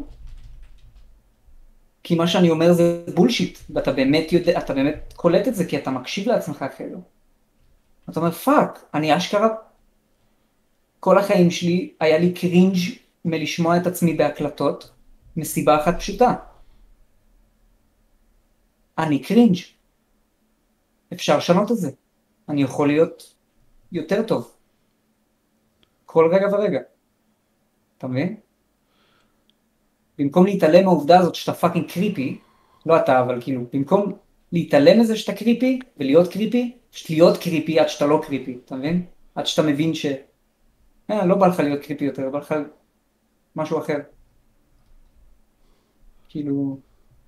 כי מה שאני אומר זה בולשיט, ואתה באמת יודע, אתה באמת קולט את זה, כי אתה מקשיב לעצמך אחרי. אתה אומר, פאק, אני אשכרה, כל החיים שלי היה לי קרינג' מלשמוע את עצמי בהקלטות, מסיבה אחת פשוטה. אני קרינג'. אפשר לשנות את זה. אני יכול להיות יותר טוב. כל רגע ורגע. אתה מבין? במקום להתעלם מהעובדה הזאת שאתה פאקינג קריפי, לא אתה, אבל כאילו, במקום להתעלם מזה שאתה קריפי, ולהיות קריפי, פשוט להיות קריפי עד שאתה לא קריפי, אתה מבין? עד שאתה מבין ש... אה, לא בא לך להיות קריפי יותר, בא לך משהו אחר. כאילו...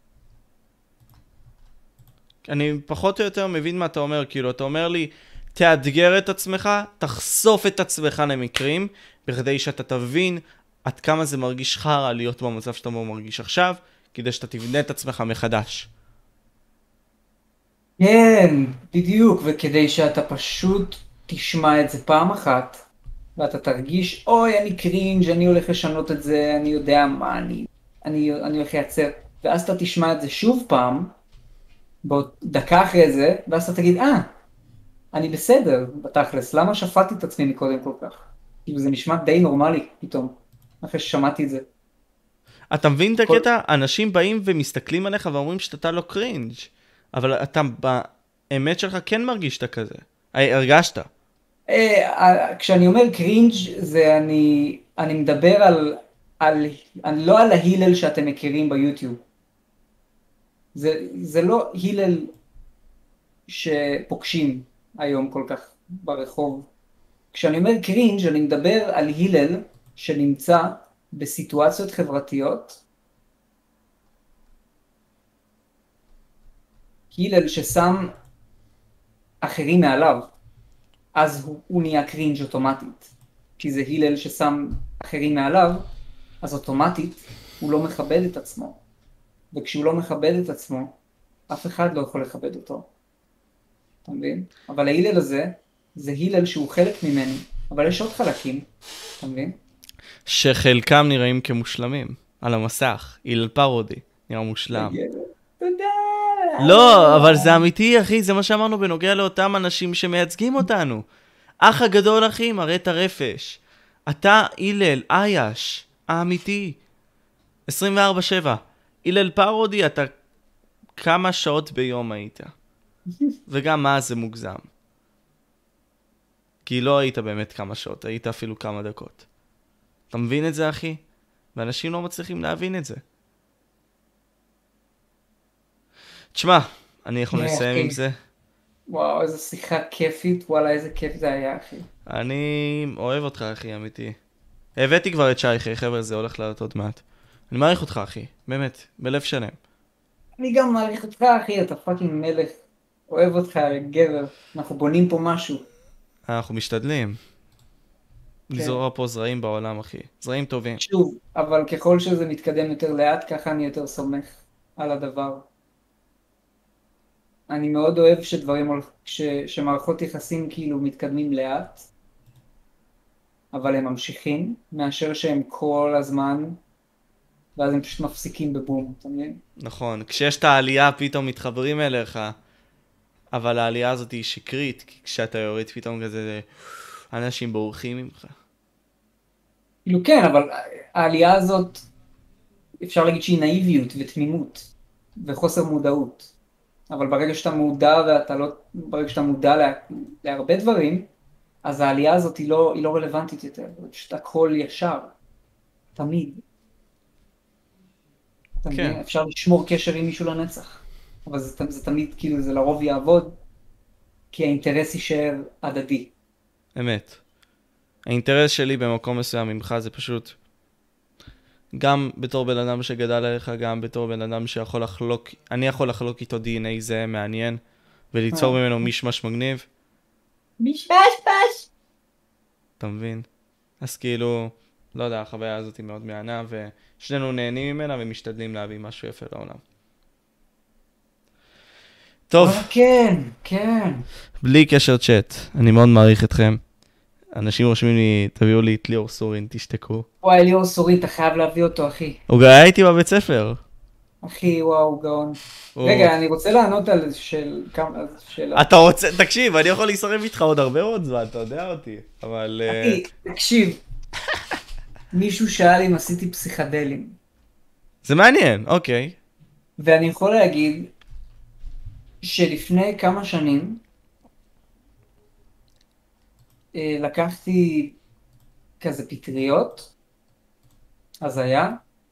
אני פחות או יותר מבין מה אתה אומר, כאילו, אתה אומר לי, תאתגר את עצמך, תחשוף את עצמך למקרים, בכדי שאתה תבין עד כמה זה מרגיש חרא להיות במצב שאתה מרגיש עכשיו, כדי שאתה תבנה את עצמך מחדש. כן, בדיוק, וכדי שאתה פשוט תשמע את זה פעם אחת, ואתה תרגיש, אוי, אני קרינג', אני הולך לשנות את זה, אני יודע מה, אני, אני, אני הולך לייצר, ואז אתה תשמע את זה שוב פעם, בעוד דקה אחרי זה, ואז אתה תגיד, אה, אני בסדר, בתכלס, למה שפטתי את עצמי מקודם כל כך? כאילו זה נשמע די נורמלי פתאום, אחרי ששמעתי את זה. אתה מבין את כל- הקטע? אנשים באים ומסתכלים עליך ואומרים שאתה לא קרינג', אבל אתה באמת שלך כן מרגיש את כזה. הי, הרגשת. אה, כשאני אומר קרינג' זה אני, אני מדבר על, על, אני לא על ההילל שאתם מכירים ביוטיוב. זה, זה לא הילל שפוגשים היום כל כך ברחוב. כשאני אומר קרינג' אני מדבר על הילל שנמצא בסיטואציות חברתיות הלל ששם אחרים מעליו, אז הוא, הוא נהיה קרינג' אוטומטית. כי זה הלל ששם אחרים מעליו, אז אוטומטית הוא לא מכבד את עצמו. וכשהוא לא מכבד את עצמו, אף אחד לא יכול לכבד אותו. אתה מבין? אבל ההלל הזה, זה הלל שהוא חלק ממני, אבל יש עוד חלקים, אתה מבין? שחלקם נראים כמושלמים, על המסך. הלל פרודי, נראה מושלם. תודה. לא, אבל זה אמיתי, אחי, זה מה שאמרנו בנוגע לאותם אנשים שמייצגים אותנו. אח הגדול, אחי, מראה את הרפש. אתה, הלל, אייש, האמיתי. עשרים וארבע שבע. הלל פרודי, אתה כמה שעות ביום היית. וגם מה זה מוגזם. כי לא היית באמת כמה שעות, היית אפילו כמה דקות. אתה מבין את זה, אחי? ואנשים לא מצליחים להבין את זה. תשמע, אני יכול לסיים עם זה. וואו, איזו שיחה כיפית, וואלה, איזה כיף זה היה, אחי. אני אוהב אותך, אחי, אמיתי. הבאתי כבר את שי, חבר'ה, זה הולך לעלות עוד מעט. אני מעריך אותך, אחי, באמת, בלב שלם. אני גם מעריך אותך, אחי, אתה פאקינג מלך. אוהב אותך, גבר. אנחנו בונים פה משהו. אנחנו משתדלים. כן. לזרוע פה זרעים בעולם, אחי. זרעים טובים. שוב, אבל ככל שזה מתקדם יותר לאט, ככה אני יותר סומך על הדבר. אני מאוד אוהב שדברים, הולכ- ש... שמערכות יחסים כאילו מתקדמים לאט, אבל הם ממשיכים, מאשר שהם כל הזמן, ואז הם פשוט מפסיקים בבום, אתה מבין? נכון, כשיש את העלייה פתאום מתחברים אליך, אבל העלייה הזאת היא שקרית, כי כשאתה יורד פתאום כזה, אנשים בורחים ממך. כאילו כן, אבל העלייה הזאת, אפשר להגיד שהיא נאיביות ותמימות, וחוסר מודעות. אבל ברגע שאתה מודע ואתה לא, ברגע שאתה מודע לה, להרבה דברים, אז העלייה הזאת היא לא, היא לא רלוונטית יותר, זה פשוט הכל ישר, תמיד. אתה כן. מבין? אפשר לשמור קשר עם מישהו לנצח, אבל זה, זה תמיד, כאילו, זה לרוב יעבוד, כי האינטרס יישאר הדדי. אמת. האינטרס שלי במקום מסוים ממך זה פשוט, גם בתור בן אדם שגדל עליך, גם בתור בן אדם שיכול לחלוק, אני יכול לחלוק איתו די אן איי זה מעניין, וליצור אה. ממנו מישמש מגניב, משפש! אתה מבין? אז כאילו, לא יודע, החוויה הזאת היא מאוד מענה, ושנינו נהנים ממנה ומשתדלים להביא משהו יפה לעולם. טוב, אבל כן, כן. בלי קשר צ'אט, אני מאוד מעריך אתכם. אנשים רושמים לי, תביאו לי את ליאור סורין, תשתקו. וואי, ליאור סורין, אתה חייב להביא אותו, אחי. הוא גם היה איתי בבית ספר. אחי, וואו, גאון. הוא- רגע, אני רוצה לענות על של כמה, שאלה. אתה רוצה, תקשיב, אני יכול להישרף איתך עוד הרבה מאוד זמן, אתה יודע אותי, אבל... אה, אחי, תקשיב. מישהו שאל אם עשיתי פסיכדלים, זה מעניין, אוקיי. ואני יכול להגיד שלפני כמה שנים אה, לקחתי כזה פטריות, הזיה,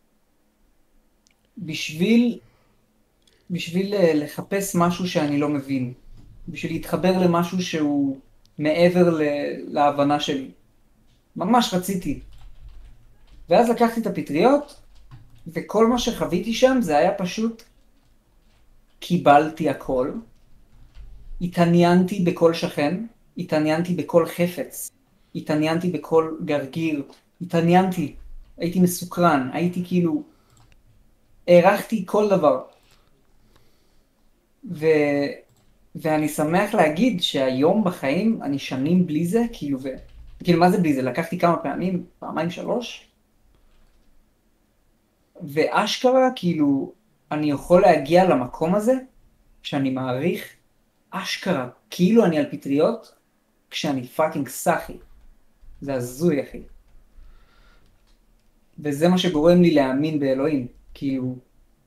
בשביל, בשביל אה, לחפש משהו שאני לא מבין, בשביל להתחבר למשהו שהוא מעבר ל, להבנה שלי. ממש רציתי. ואז לקחתי את הפטריות, וכל מה שחוויתי שם זה היה פשוט, קיבלתי הכל, התעניינתי בכל שכן, התעניינתי בכל חפץ, התעניינתי בכל גרגיר, התעניינתי, הייתי מסוקרן, הייתי כאילו, הערכתי כל דבר. ו... ואני שמח להגיד שהיום בחיים אני שנים בלי זה, כאילו, ו... כאילו מה זה בלי זה? לקחתי כמה פעמים, פעמיים שלוש, ואשכרה, כאילו, אני יכול להגיע למקום הזה, שאני מעריך, אשכרה, כאילו אני על פטריות, כשאני פאקינג סחי. זה הזוי, אחי. וזה מה שגורם לי להאמין באלוהים, כאילו,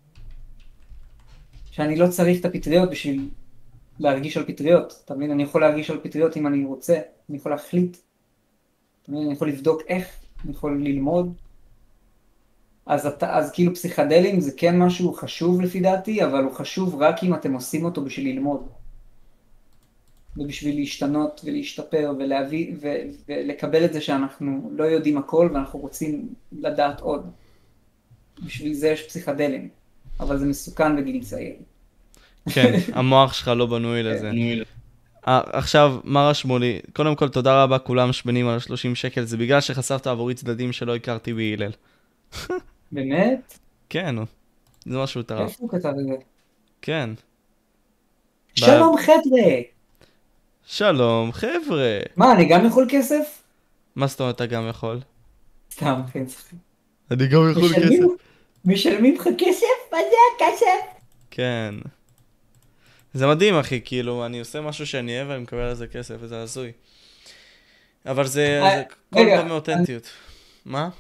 שאני לא צריך את הפטריות בשביל להרגיש על פטריות. אתה מבין? אני יכול להרגיש על פטריות אם אני רוצה, אני יכול להחליט. אתה מבין? אני יכול לבדוק איך, אני יכול ללמוד. אז, אתה, אז כאילו פסיכדלים זה כן משהו חשוב לפי דעתי, אבל הוא חשוב רק אם אתם עושים אותו בשביל ללמוד. ובשביל להשתנות ולהשתפר ולהביא, ו, ולקבל את זה שאנחנו לא יודעים הכל ואנחנו רוצים לדעת עוד. בשביל זה יש פסיכדלים, אבל זה מסוכן בגיל צעיר. כן, המוח שלך לא בנוי לזה. אה, עכשיו, מה רשמו לי? קודם כל, תודה רבה, כולם שמנים על ה-שלושים שקל, זה בגלל שחשפת עבורי צדדים שלא הכרתי בהילל. באמת? כן, זה מה שהוא טרף. איפה הוא כתב את זה? כן. שלום חבר'ה! שלום, חבר'ה. מה, אני גם יכול כסף? מה זאת אומרת, אתה גם יכול? סתם, כן, צחק. אני גם יכול משלמים- כסף. משלמים לך כסף? מה זה הכסף? כן. זה מדהים, אחי, כאילו, אני עושה משהו שאני אוהב ואני מקבל על זה כסף, וזה הזוי. אבל זה, אה, זה כל רגע, פעם מאותנטיות. מה?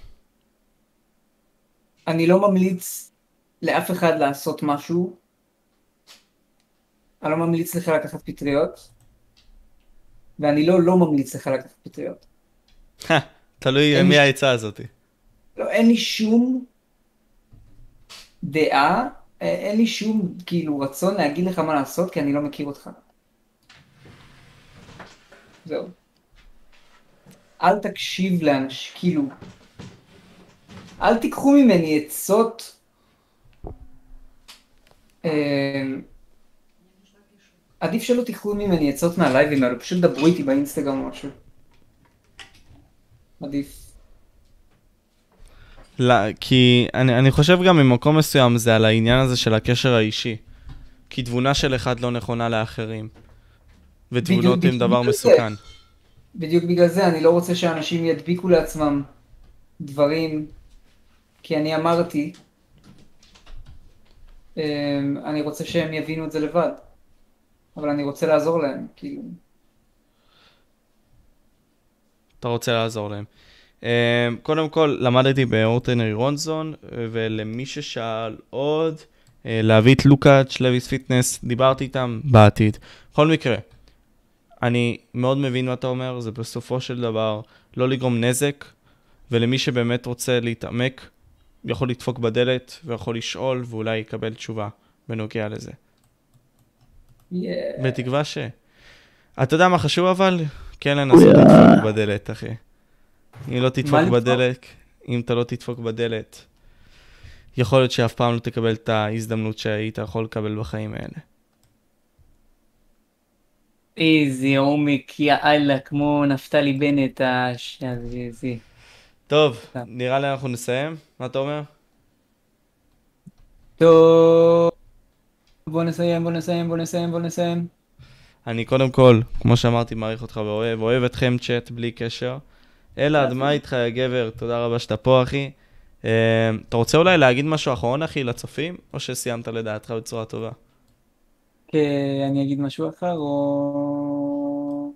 אני לא ממליץ לאף אחד לעשות משהו. אני לא ממליץ לך לקחת פטריות. ואני לא לא ממליץ לך לקחת פטריות. תלוי אין מי לי- העצה הזאתי. לא, אין לי שום דעה, אה, אין לי שום כאילו רצון להגיד לך מה לעשות, כי אני לא מכיר אותך. זהו. אל תקשיב לאנשים, כאילו, אל תיקחו ממני עצות. אה, עדיף שלא תיקחו ממני עצות מהלייבים האלו, פשוט דברו איתי באינסטגרם או משהו. עדיף. לא, כי אני, אני חושב גם ממקום מסוים זה על העניין הזה של הקשר האישי. כי תבונה של אחד לא נכונה לאחרים. ותבונות בדיוק הם דבר בגלל מסוכן. בדיוק בגלל זה אני לא רוצה שאנשים ידביקו לעצמם דברים, כי אני אמרתי, אה, אני רוצה שהם יבינו את זה לבד. אבל אני רוצה לעזור להם, כאילו. אתה רוצה לעזור להם. Um, קודם כל, למדתי באורטנרי רונזון, ולמי ששאל עוד, uh, להביא את לוקאץ', לויס פיטנס, דיברתי איתם בעתיד. בכל מקרה, אני מאוד מבין מה אתה אומר, זה בסופו של דבר לא לגרום נזק, ולמי שבאמת רוצה להתעמק, יכול לדפוק בדלת, ויכול לשאול, ואולי יקבל תשובה בנוגע לזה. Yeah. בתקווה ש... אתה יודע מה חשוב אבל? כן לנסות לדפוק בדלת, אחי. אם לא תדפוק מה לדפוק? בדלת, אם אתה לא תדפוק בדלת, יכול להיות שאף פעם לא תקבל את ההזדמנות שהיית יכול לקבל בחיים האלה. איזה עומק, יאללה, כמו נפתלי בנט, הש... זה... טוב, טוב. נראה לי אנחנו נסיים. מה אתה אומר? טוב, בוא נסיים, בוא נסיים, בוא נסיים, בוא נסיים. אני קודם כל, כמו שאמרתי, מעריך אותך ואוהב, אוהב אתכם צ'אט בלי קשר. אלעד, מה איתך יא גבר? תודה רבה שאתה פה, אחי. אה, אתה רוצה אולי להגיד משהו אחרון, אחי, לצופים? או שסיימת לדעתך בצורה טובה? כן, אני אגיד משהו אחרון.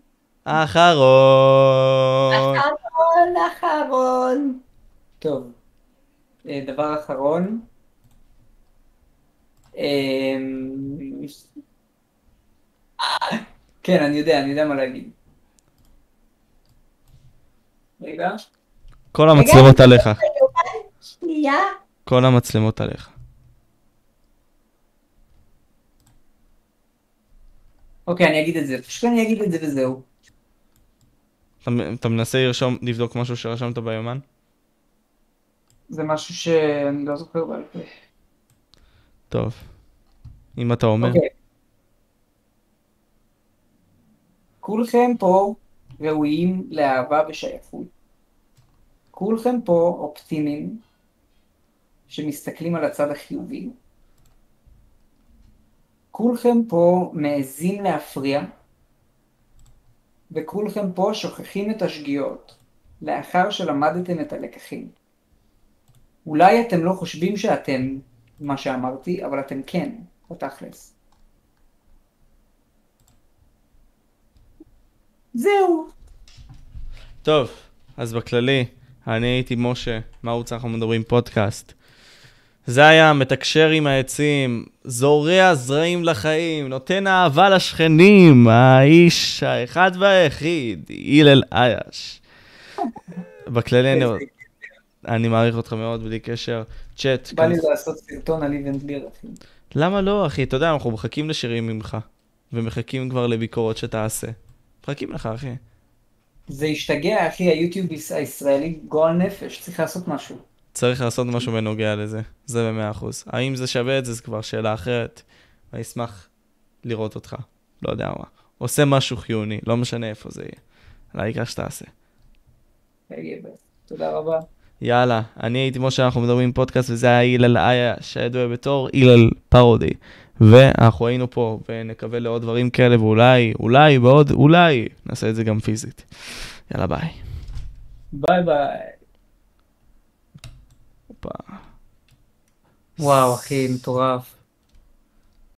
אחרון. אחרון, אחרון. טוב, אה, דבר אחרון. אמ, כן, אני יודע, אני יודע מה להגיד. רגע. כל המצלמות עליך. שנייה. כל המצלמות עליך. אוקיי, אני אגיד את זה. פשוט אני אגיד את זה וזהו. אתה, אתה מנסה לרשום, לבדוק משהו שרשמת ביומן? זה משהו שאני לא זוכר בעל פה. טוב. אם אתה אומר. אוקיי. כולכם פה ראויים לאהבה ושייכות. כולכם פה אופטימיים שמסתכלים על הצד החיובי. כולכם פה מעזים להפריע, וכולכם פה שוכחים את השגיאות לאחר שלמדתם את הלקחים. אולי אתם לא חושבים שאתם מה שאמרתי, אבל אתם כן, בתכלס. זהו. טוב, אז בכללי, אני הייתי משה, מה רוצה אנחנו מדברים פודקאסט. זה היה מתקשר עם העצים, זורע זרעים לחיים, נותן אהבה לשכנים, האיש האחד והיחיד, הלל אייש. בכללי אני, אני מעריך אותך מאוד בלי קשר. צ'אט. בא לי לעשות סרטון על איבנט ביר, אחי. למה לא, אחי? אתה יודע, אנחנו מחכים לשירים ממך, ומחכים כבר לביקורות שתעשה. מחכים לך, אחי. זה השתגע, אחי, היוטיוב הישראלי גועל נפש, צריך לעשות משהו. צריך לעשות משהו בנוגע לזה, זה במאה אחוז. האם זה שווה את זה, זה כבר שאלה אחרת. אני אשמח לראות אותך, לא יודע מה. עושה משהו חיוני, לא משנה איפה זה יהיה. העיקר שתעשה. תודה רבה. יאללה, אני הייתי כמו שאנחנו מדברים פודקאסט, וזה היה אילל איה, שידוע בתור אילל פרודי. ואנחנו היינו פה, ונקווה לעוד דברים כאלה, ואולי, אולי, בעוד, אולי, נעשה את זה גם פיזית. יאללה, ביי. ביי ביי. הופה. וואו, אחי, מטורף.